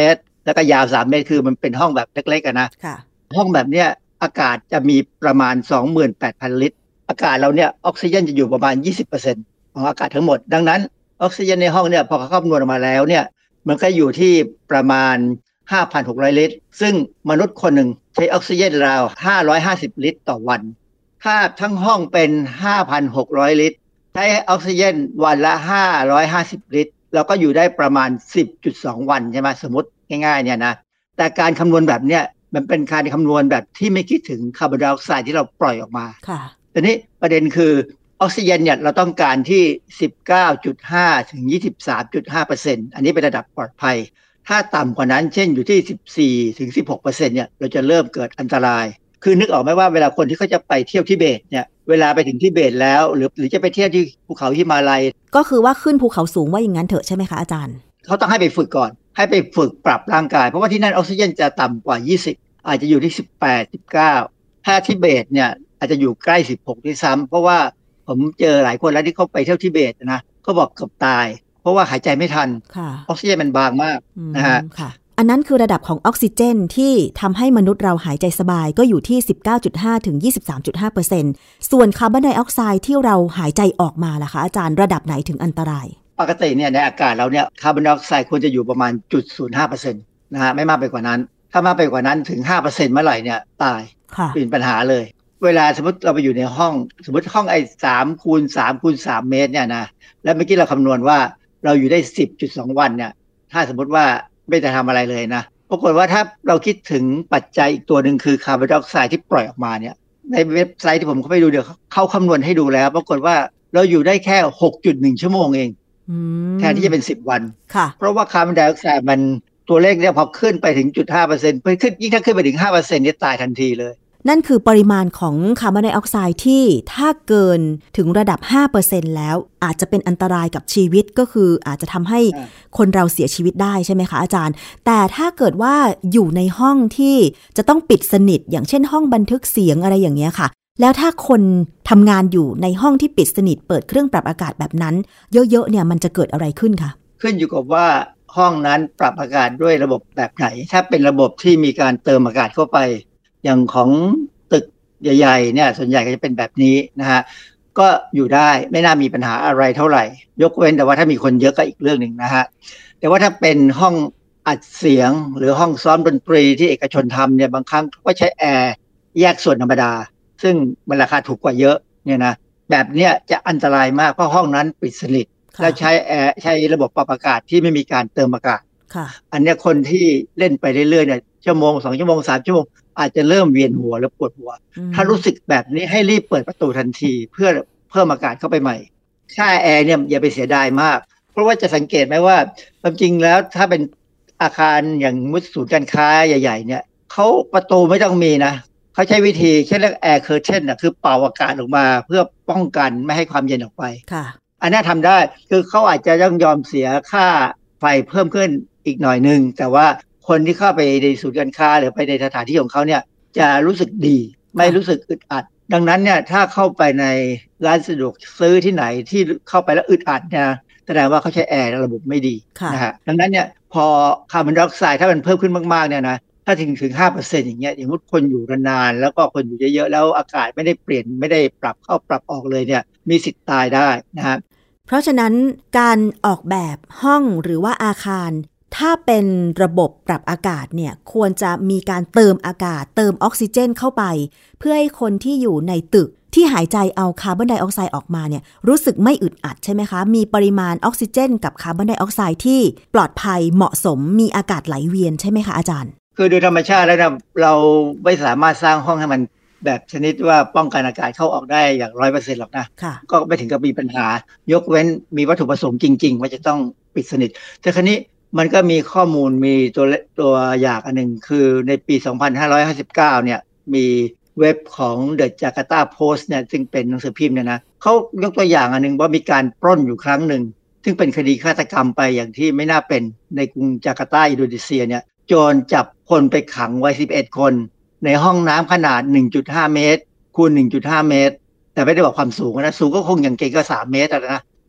แล้วก็ยาวสามเมตรคือมันเป็นห้องแบบเล็กๆนะห้องแบบเนี้ยอากาศจะมีประมาณ สองหมื่นแปดพัน ลิตรอากาศเราเนี่ยออกซิเจนจะอยู่ประมาณ ยี่สิบเปอร์เซ็นต์ ของอากาศทั้งหมดดังนั้นออกซิเจนในห้องเนี่ยพอเขาคำนวณออกมาแล้วเนี่ยมันก็อยู่ที่ประมาณ ห้าพันหกร้อย ลิตรซึ่งมนุษย์คนหนึ่งใช้ออกซิเจนราวห้าร้อยห้าสิบลิตรต่อวันถ้าทั้งห้องเป็น ห้าพันหกร้อย ลิตรใช้ออกซิเจนวันละห้าร้อยห้าสิบลิตรเราก็อยู่ได้ประมาณ สิบจุดสอง วันใช่ไหมสมมติง่ายๆเนี่ยนะแต่การคำนวณแบบเนี้ยมันเป็นการคำนวณแบบที่ไม่คิดถึงคาร์บอนไดออกไซด์ที่เราปล่อยออกมาค่ะแต่นี้ประเด็นคือออกซิเจนเนี่ยเราต้องการที่ สิบเก้าจุดห้า ถึง ยี่สิบสามจุดห้าเปอร์เซ็นต์ อันนี้เป็นระดับปลอดภัยถ้าต่ำกว่านั้นเช่นอยู่ที่ สิบสี่ ถึง สิบหกเปอร์เซ็นต์ เนี่ยเราจะเริ่มเกิดอันตรายคือนึกออกไหมว่าเวลาคนที่เขาจะไปเที่ยวทิเบตเนี่ยเวลาไปถึงทิเบตแล้วหรือหรือจะไปเที่ยวที่ภูเขาหิมาลัยก็คือว่าขึ้นภูเขาสูงว่าอย่างนั้นเถอะใช่ไหมคะอาจารย์เขาต้องให้ไปฝึกก่อนให้ไปฝึกปรับร่างกายเพราะว่าที่นั่นออกซิเจนจะต่ำกว่ายี่สิบอาจจะอยู่ที่สิบแปด สิบเก้าถ้าทิเบตเนี่ยอาจจะอยู่ใกล้สิบหกด้วยซ้ำเพราะว่าผมเจอหลายคนแล้วที่เขาไปเที่ยวทิเบตนะเขาบอกเกือบตายเพราะว่าหายใจไม่ทันออกซิเจนมันบางมากนะฮะอันนั้นคือระดับของออกซิเจนที่ทำให้มนุษย์เราหายใจสบายก็อยู่ที่ สิบเก้าจุดห้า ถึง ยี่สิบสามจุดห้าเปอร์เซ็นต์ ส่วนคาร์บอนไดออกไซด์ที่เราหายใจออกมาล่ะคะอาจารย์ระดับไหนถึงอันตรายปกติเนี่ยในอากาศเราเนี่ยคาร์บอนไดออกไซด์ควรจะอยู่ประมาณ ศูนย์จุดศูนย์ห้าเปอร์เซ็นต์ นะฮะไม่มากไปกว่านั้นถ้ามากไปกว่านั้นถึง ห้าเปอร์เซ็นต์ เมื่อไหร่เนี่ยตายเป็นปัญหาเลยเวลาสมมติเราไปอยู่ในห้องสมมติห้องไอ้สามคูณสามคูณสามเมตรเนี่ยนะแล้วเมื่อกี้เราคำนวณว่าเราอยู่ได้ สิบจุดสอง วันเนี่ยถ้าสมมติว่าไม่จะทำอะไรเลยนะปรากฏว่าถ้าเราคิดถึงปัจจัยอีกตัวหนึ่งคือคาร์บอนไดออกไซด์ที่ปล่อยออกมาเนี่ยในเว็บไซต์ที่ผมเข้าไปดูเดี๋ยวเขาคำนวณให้ดูแล้วปรากฏว่าเราอยู่ได้แค่ หกจุดหนึ่ง ชั่วโมงเองแทนที่จะเป็นสิบวันเพราะว่าคาร์บอนไดออกไซด์มันตัวเลขเนี่ยพอขึ้นไปถึง ศูนย์จุดห้าเปอร์เซ็นต์ ไปขึ้นยิ่งถ้าขึ้นไปถึง ห้าเปอร์เซ็นต์ นี่ตายทันทีเลยนั่นคือปริมาณของคาร์บอนไดออกไซด์ที่ถ้าเกินถึงระดับ ห้าเปอร์เซ็นต์ แล้วอาจจะเป็นอันตรายกับชีวิตก็คืออาจจะทำให้คนเราเสียชีวิตได้ใช่ไหมคะอาจารย์แต่ถ้าเกิดว่าอยู่ในห้องที่จะต้องปิดสนิทอย่างเช่นห้องบันทึกเสียงอะไรอย่างเงี้ยค่ะแล้วถ้าคนทำงานอยู่ในห้องที่ปิดสนิทเปิดเครื่องปรับอากาศแบบนั้นเยอะๆเนี่ยมันจะเกิดอะไรขึ้นคะขึ้นอยู่กับว่าห้องนั้นปรับอากาศด้วยระบบแบบไหนถ้าเป็นระบบที่มีการเติมอากาศเข้าไปอย่างของตึกใหญ่ๆเนี่ยส่วนใหญ่ก็จะเป็นแบบนี้นะฮะก็อยู่ได้ไม่น่ามีปัญหาอะไรเท่าไหร่ยกเว้นแต่ว่าถ้ามีคนเยอะก็อีกเรื่องหนึ่งนะฮะแต่ว่าถ้าเป็นห้องอัดเสียงหรือห้องซ้อมดนตรีที่เอกชนทำเนี่ยบางครั้งก็ใช้แอร์แยกส่วนธรรมดาซึ่งมันราคาถูกกว่าเยอะเนี่ยนะแบบเนี้ยจะอันตรายมากเพราะห้องนั้นปิดสนิทแล้วใช้แอร์ใช้ระบบปรับอากาศที่ไม่มีการเติมอากาศอันนี้คนที่เล่นไปเรื่อยๆเนี่ยชั่วโมงสองชั่วโมงสามชั่วโมงอาจจะเริ่มเวียนหัวหรือปวดหัวถ้ารู้สึกแบบนี้ให้รีบเปิดประตูทันทีเพื่อเพิ่มอากาศเข้าไปใหม่ค่าแอร์เนี่ยอย่าไปเสียดายมากเพราะว่าจะสังเกตไหมว่าความจริงแล้วถ้าเป็นอาคารอย่างมุดศูนย์การค้าใหญ่ๆเนี่ยเขาประตูไม่ต้องมีนะเขาใช้วิธีเช่นเรียกแอร์เคอร์เทนนะคือเป่าอากาศออกมาเพื่อป้องกันไม่ให้ความเย็นออกไปอันนี้ทำได้คือเขาอาจจะต้องยอมเสียค่าไฟเพิ่มขึ้นอีกหน่อยนึงแต่ว่าคนที่เข้าไปในศูนย์การค้าหรือไปในสถานที่ของเขาเนี่ยจะรู้สึกดีไม่รู้สึกอึดอัดดังนั้นเนี่ยถ้าเข้าไปในร้านสะดวกซื้อที่ไหนที่เข้าไปแล้วอึดอัดเนี่ยแสดงว่าเขาใช้แอร์ระบบไม่ดีนะฮะดังนั้นเนี่ยพอคาร์บอนไดออกไซด์ถ้ามันเพิ่มขึ้นมากๆเนี่ยนะถ้าถึงถึง ห้าเปอร์เซ็นต์ อย่างเงี้ยอย่างมุดคนอยู่นานๆแล้วก็คนอยู่เยอะๆแล้วอากาศไม่ได้เปลี่ยนไม่ได้ปรับเข้าปรับออกเลยเนี่ยมีสิทธิ์ตายได้นะฮะเพราะฉะนั้นการออกแบบห้องหรือว่าอาคารถ้าเป็นระบบปรับอากาศเนี่ยควรจะมีการเติมอากาศเติมออกซิเจนเข้าไปเพื่อให้คนที่อยู่ในตึกที่หายใจเอาคาร์บอนไดออกไซด์ออกมาเนี่ยรู้สึกไม่อึดอัดใช่ไหมคะมีปริมาณออกซิเจนกับคาร์บอนไดออกไซด์ที่ปลอดภัยเหมาะสมมีอากาศไหลเวียนใช่ไหมคะอาจารย์คือโดยธรรมชาติแล้วนะเราไม่สามารถสร้างห้องให้มันแบบชนิดว่าป้องกันอากาศเข้าออกได้อย่าง ร้อยเปอร์เซ็นต์ หรอกนะก็ไม่ถึงกับมีปัญหายกเว้นมีวัตถุประสงค์จริงๆว่าจะต้องปิดสนิทแต่คราวนี้มันก็มีข้อมูลมีตัวตัวอย่างอันหนึ่งคือในปี สองพันห้าร้อยห้าสิบเก้า เนี่ยมีเว็บของ The Jakarta Post เนี่ยซึ่งเป็นหนังสือพิมพ์เนี่ยนะเขายกตัวอย่างอันนึงว่ามีการปล้นอยู่ครั้งหนึ่งซึ่งเป็นคดีฆาตกรรมไปอย่างที่ไม่น่าเป็นในกรุงจาการ์ตาอินโดนีเซียเนี่ยโจรจับคนไปขังไว้สิบเอ็ดคนในห้องน้ำขนาด หนึ่งจุดห้า เมตรคูณ หนึ่งจุดห้า เมตรแต่ไม่ได้บอกความสูงนะสูงก็คงอย่างเก่งก็สามเมตรแล้วนะ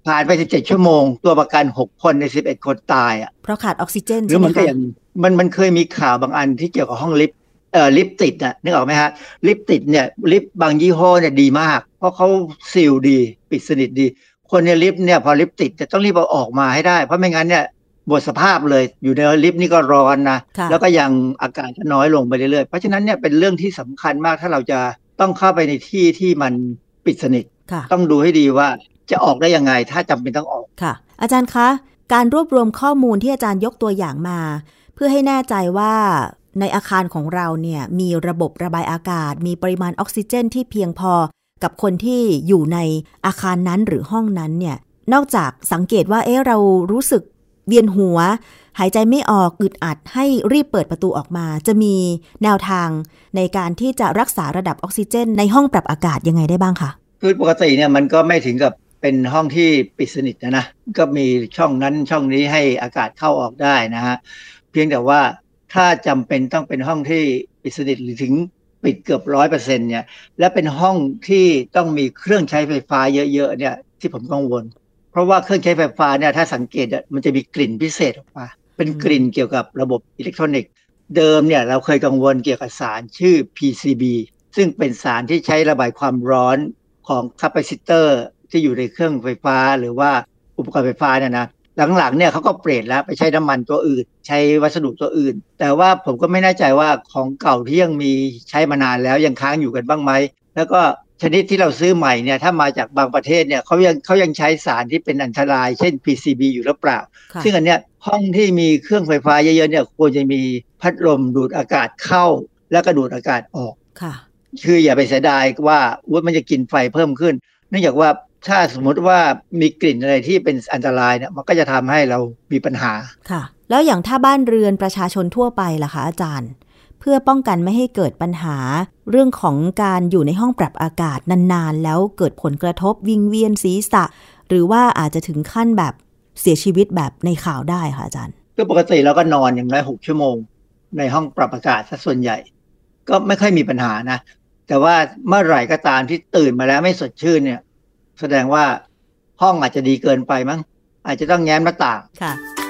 ผ่านไปสิบเจ็ดชั่วโมงตัวประกันหกคนในสิบเอ็ดคนตายอ่ะเพราะขาดออกซิเจนหรือมันก็อย่างมันมันเคยมีข่าวบางอันที่เกี่ยวกับห้องลิฟต์เอ่อลิฟต์ติดอ่ะนึกออกไหมฮะลิฟต์ติดเนี่ยลิฟต์บางยี่ห้อเนี่ยดีมากเพราะเขาซีลดีปิดสนิทดีคนในลิฟต์เนี่ยพอลิฟต์ติดจะต้องรีบเอาออกมาให้ได้เพราะไม่งั้นเนี่ยหมดสภาพเลยอยู่ในลิฟต์นี่ก็ร้อนนะแล้วก็ยังอากาศก็น้อยลงไปเรื่อยๆเพราะฉะนั้นเนี่ยเป็นเรื่องที่สำคัญมากถ้าเราจะต้องเข้าไปในที่ที่มันปิดสนิทต้องดูให้ดีว่าจะออกได้ยังไงถ้าจำเป็นต้องออกค่ะอาจารย์คะการรวบรวมข้อมูลที่อาจารย์ยกตัวอย่างมาเพื่อให้แน่ใจว่าในอาคารของเราเนี่ยมีระบบระบายอากาศมีปริมาณออกซิเจนที่เพียงพอกับคนที่อยู่ในอาคารนั้นหรือห้องนั้นเนี่ยนอกจากสังเกตว่าเอ๊ะเรารู้สึกเวียนหัวหายใจไม่ออกอึดอัดให้รีบเปิดประตูออกมาจะมีแนวทางในการที่จะรักษาระดับออกซิเจนในห้องปรับอากาศยังไงได้บ้างคะคือปกติเนี่ยมันก็ไม่ถึงกับเป็นห้องที่ปิดสนิทนะนะก็มีช่องนั้นช่องนี้ให้อากาศเข้าออกได้นะฮะเพียงแต่ว่าถ้าจำเป็นต้องเป็นห้องที่ปิดสนิทหรือถึงปิดเกือบ ร้อยเปอร์เซ็นต์ เนี่ยและเป็นห้องที่ต้องมีเครื่องใช้ไฟฟ้าเยอะๆเนี่ยที่ผมกังวลเพราะว่าเครื่องใช้ไฟฟ้าเนี่ยถ้าสังเกตมันจะมีกลิ่นพิเศษออกมาเป็นกลิ่นเกี่ยวกับระบบอิเล็กทรอนิกส์เดิมเนี่ยเราเคยกังวลเกี่ยวกับสารชื่อ พี ซี บี ซึ่งเป็นสารที่ใช้ระบายความร้อนของคาปาซิเตอร์ที่อยู่ในเครื่องไฟฟ้าหรือว่าอุปกรณ์ไฟฟ้าเนี่ยนะหลังๆเนี่ยเขาก็เปลี่ยนแล้วไปใช้น้ำมันตัวอื่นใช้วัสดุตัวอื่นแต่ว่าผมก็ไม่แน่ใจว่าของเก่าที่ยังมีใช้มานานแล้วยังค้างอยู่กันบ้างไหมแล้วก็ชนิดที่เราซื้อใหม่เนี่ยถ้ามาจากบางประเทศเนี่ยเขายังเขายังใช้สารที่เป็นอันตรายเช่น พี ซี บี อยู่หรือเปล่าซึ่งอันเนี้ยห้องที่มีเครื่องไฟฟ้าเยอะๆเนี่ยควรจะมีพัดลมดูดอากาศเข้าแล้วก็ดูดอากาศออกค่ะคืออย่าไปเสียดายว่าว่ามันจะกินไฟเพิ่มขึ้นเนื่องจากว่าถ้าสมมติว่ามีกลิ่นอะไรที่เป็นอันตรายเนี่ยมันก็จะทำให้เรามีปัญหาค่ะแล้วอย่างถ้าบ้านเรือนประชาชนทั่วไปล่ะคะอาจารย์เพื่อป้องกันไม่ให้เกิดปัญหาเรื่องของการอยู่ในห้องปรับอากาศนานๆแล้วเกิดผลกระทบวิงเวียนศีรษะหรือว่าอาจจะถึงขั้นแบบเสียชีวิตแบบในข่าวได้ค่ะอาจารย์ก็ปกติเราก็นอนอย่างน้อยหกชั่วโมงในห้องปรับอากาศซะส่วนใหญ่ก็ไม่ค่อยมีปัญหานะแต่ว่าเมื่อไหร่ก็ตามที่ตื่นมาแล้วไม่สดชื่นเนี่ยแสดงว่าห้องอาจจะดีเกินไปมั้งอาจจะต้องแง้มหน้าต่างค่ะ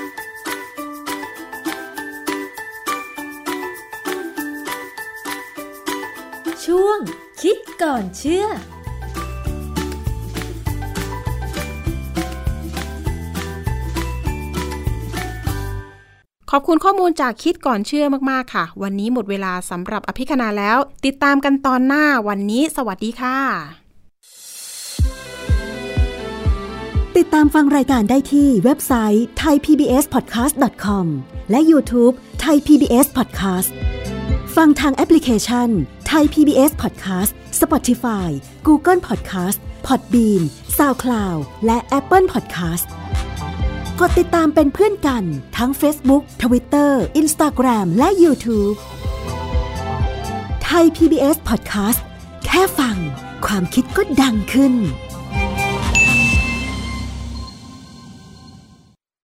ช่วงคิดก่อนเชื่อขอบคุณข้อมูลจากคิดก่อนเชื่อมากๆค่ะวันนี้หมดเวลาสำหรับอภิคณาแล้วติดตามกันตอนหน้าวันนี้สวัสดีค่ะติดตามฟังรายการได้ที่เว็บไซต์ ไทย พี บี เอส พอดแคสต์ ดอท คอม และ YouTube Thai พี บี เอส Podcast ฟังทางแอปพลิเคชัน Thai พี บี เอส Podcast Spotify Google Podcast Podbean SoundCloud และ Apple Podcast กดติดตามเป็นเพื่อนกันทั้ง Facebook Twitter Instagram และ YouTube Thai พี บี เอส Podcast แค่ฟังความคิดก็ดังขึ้น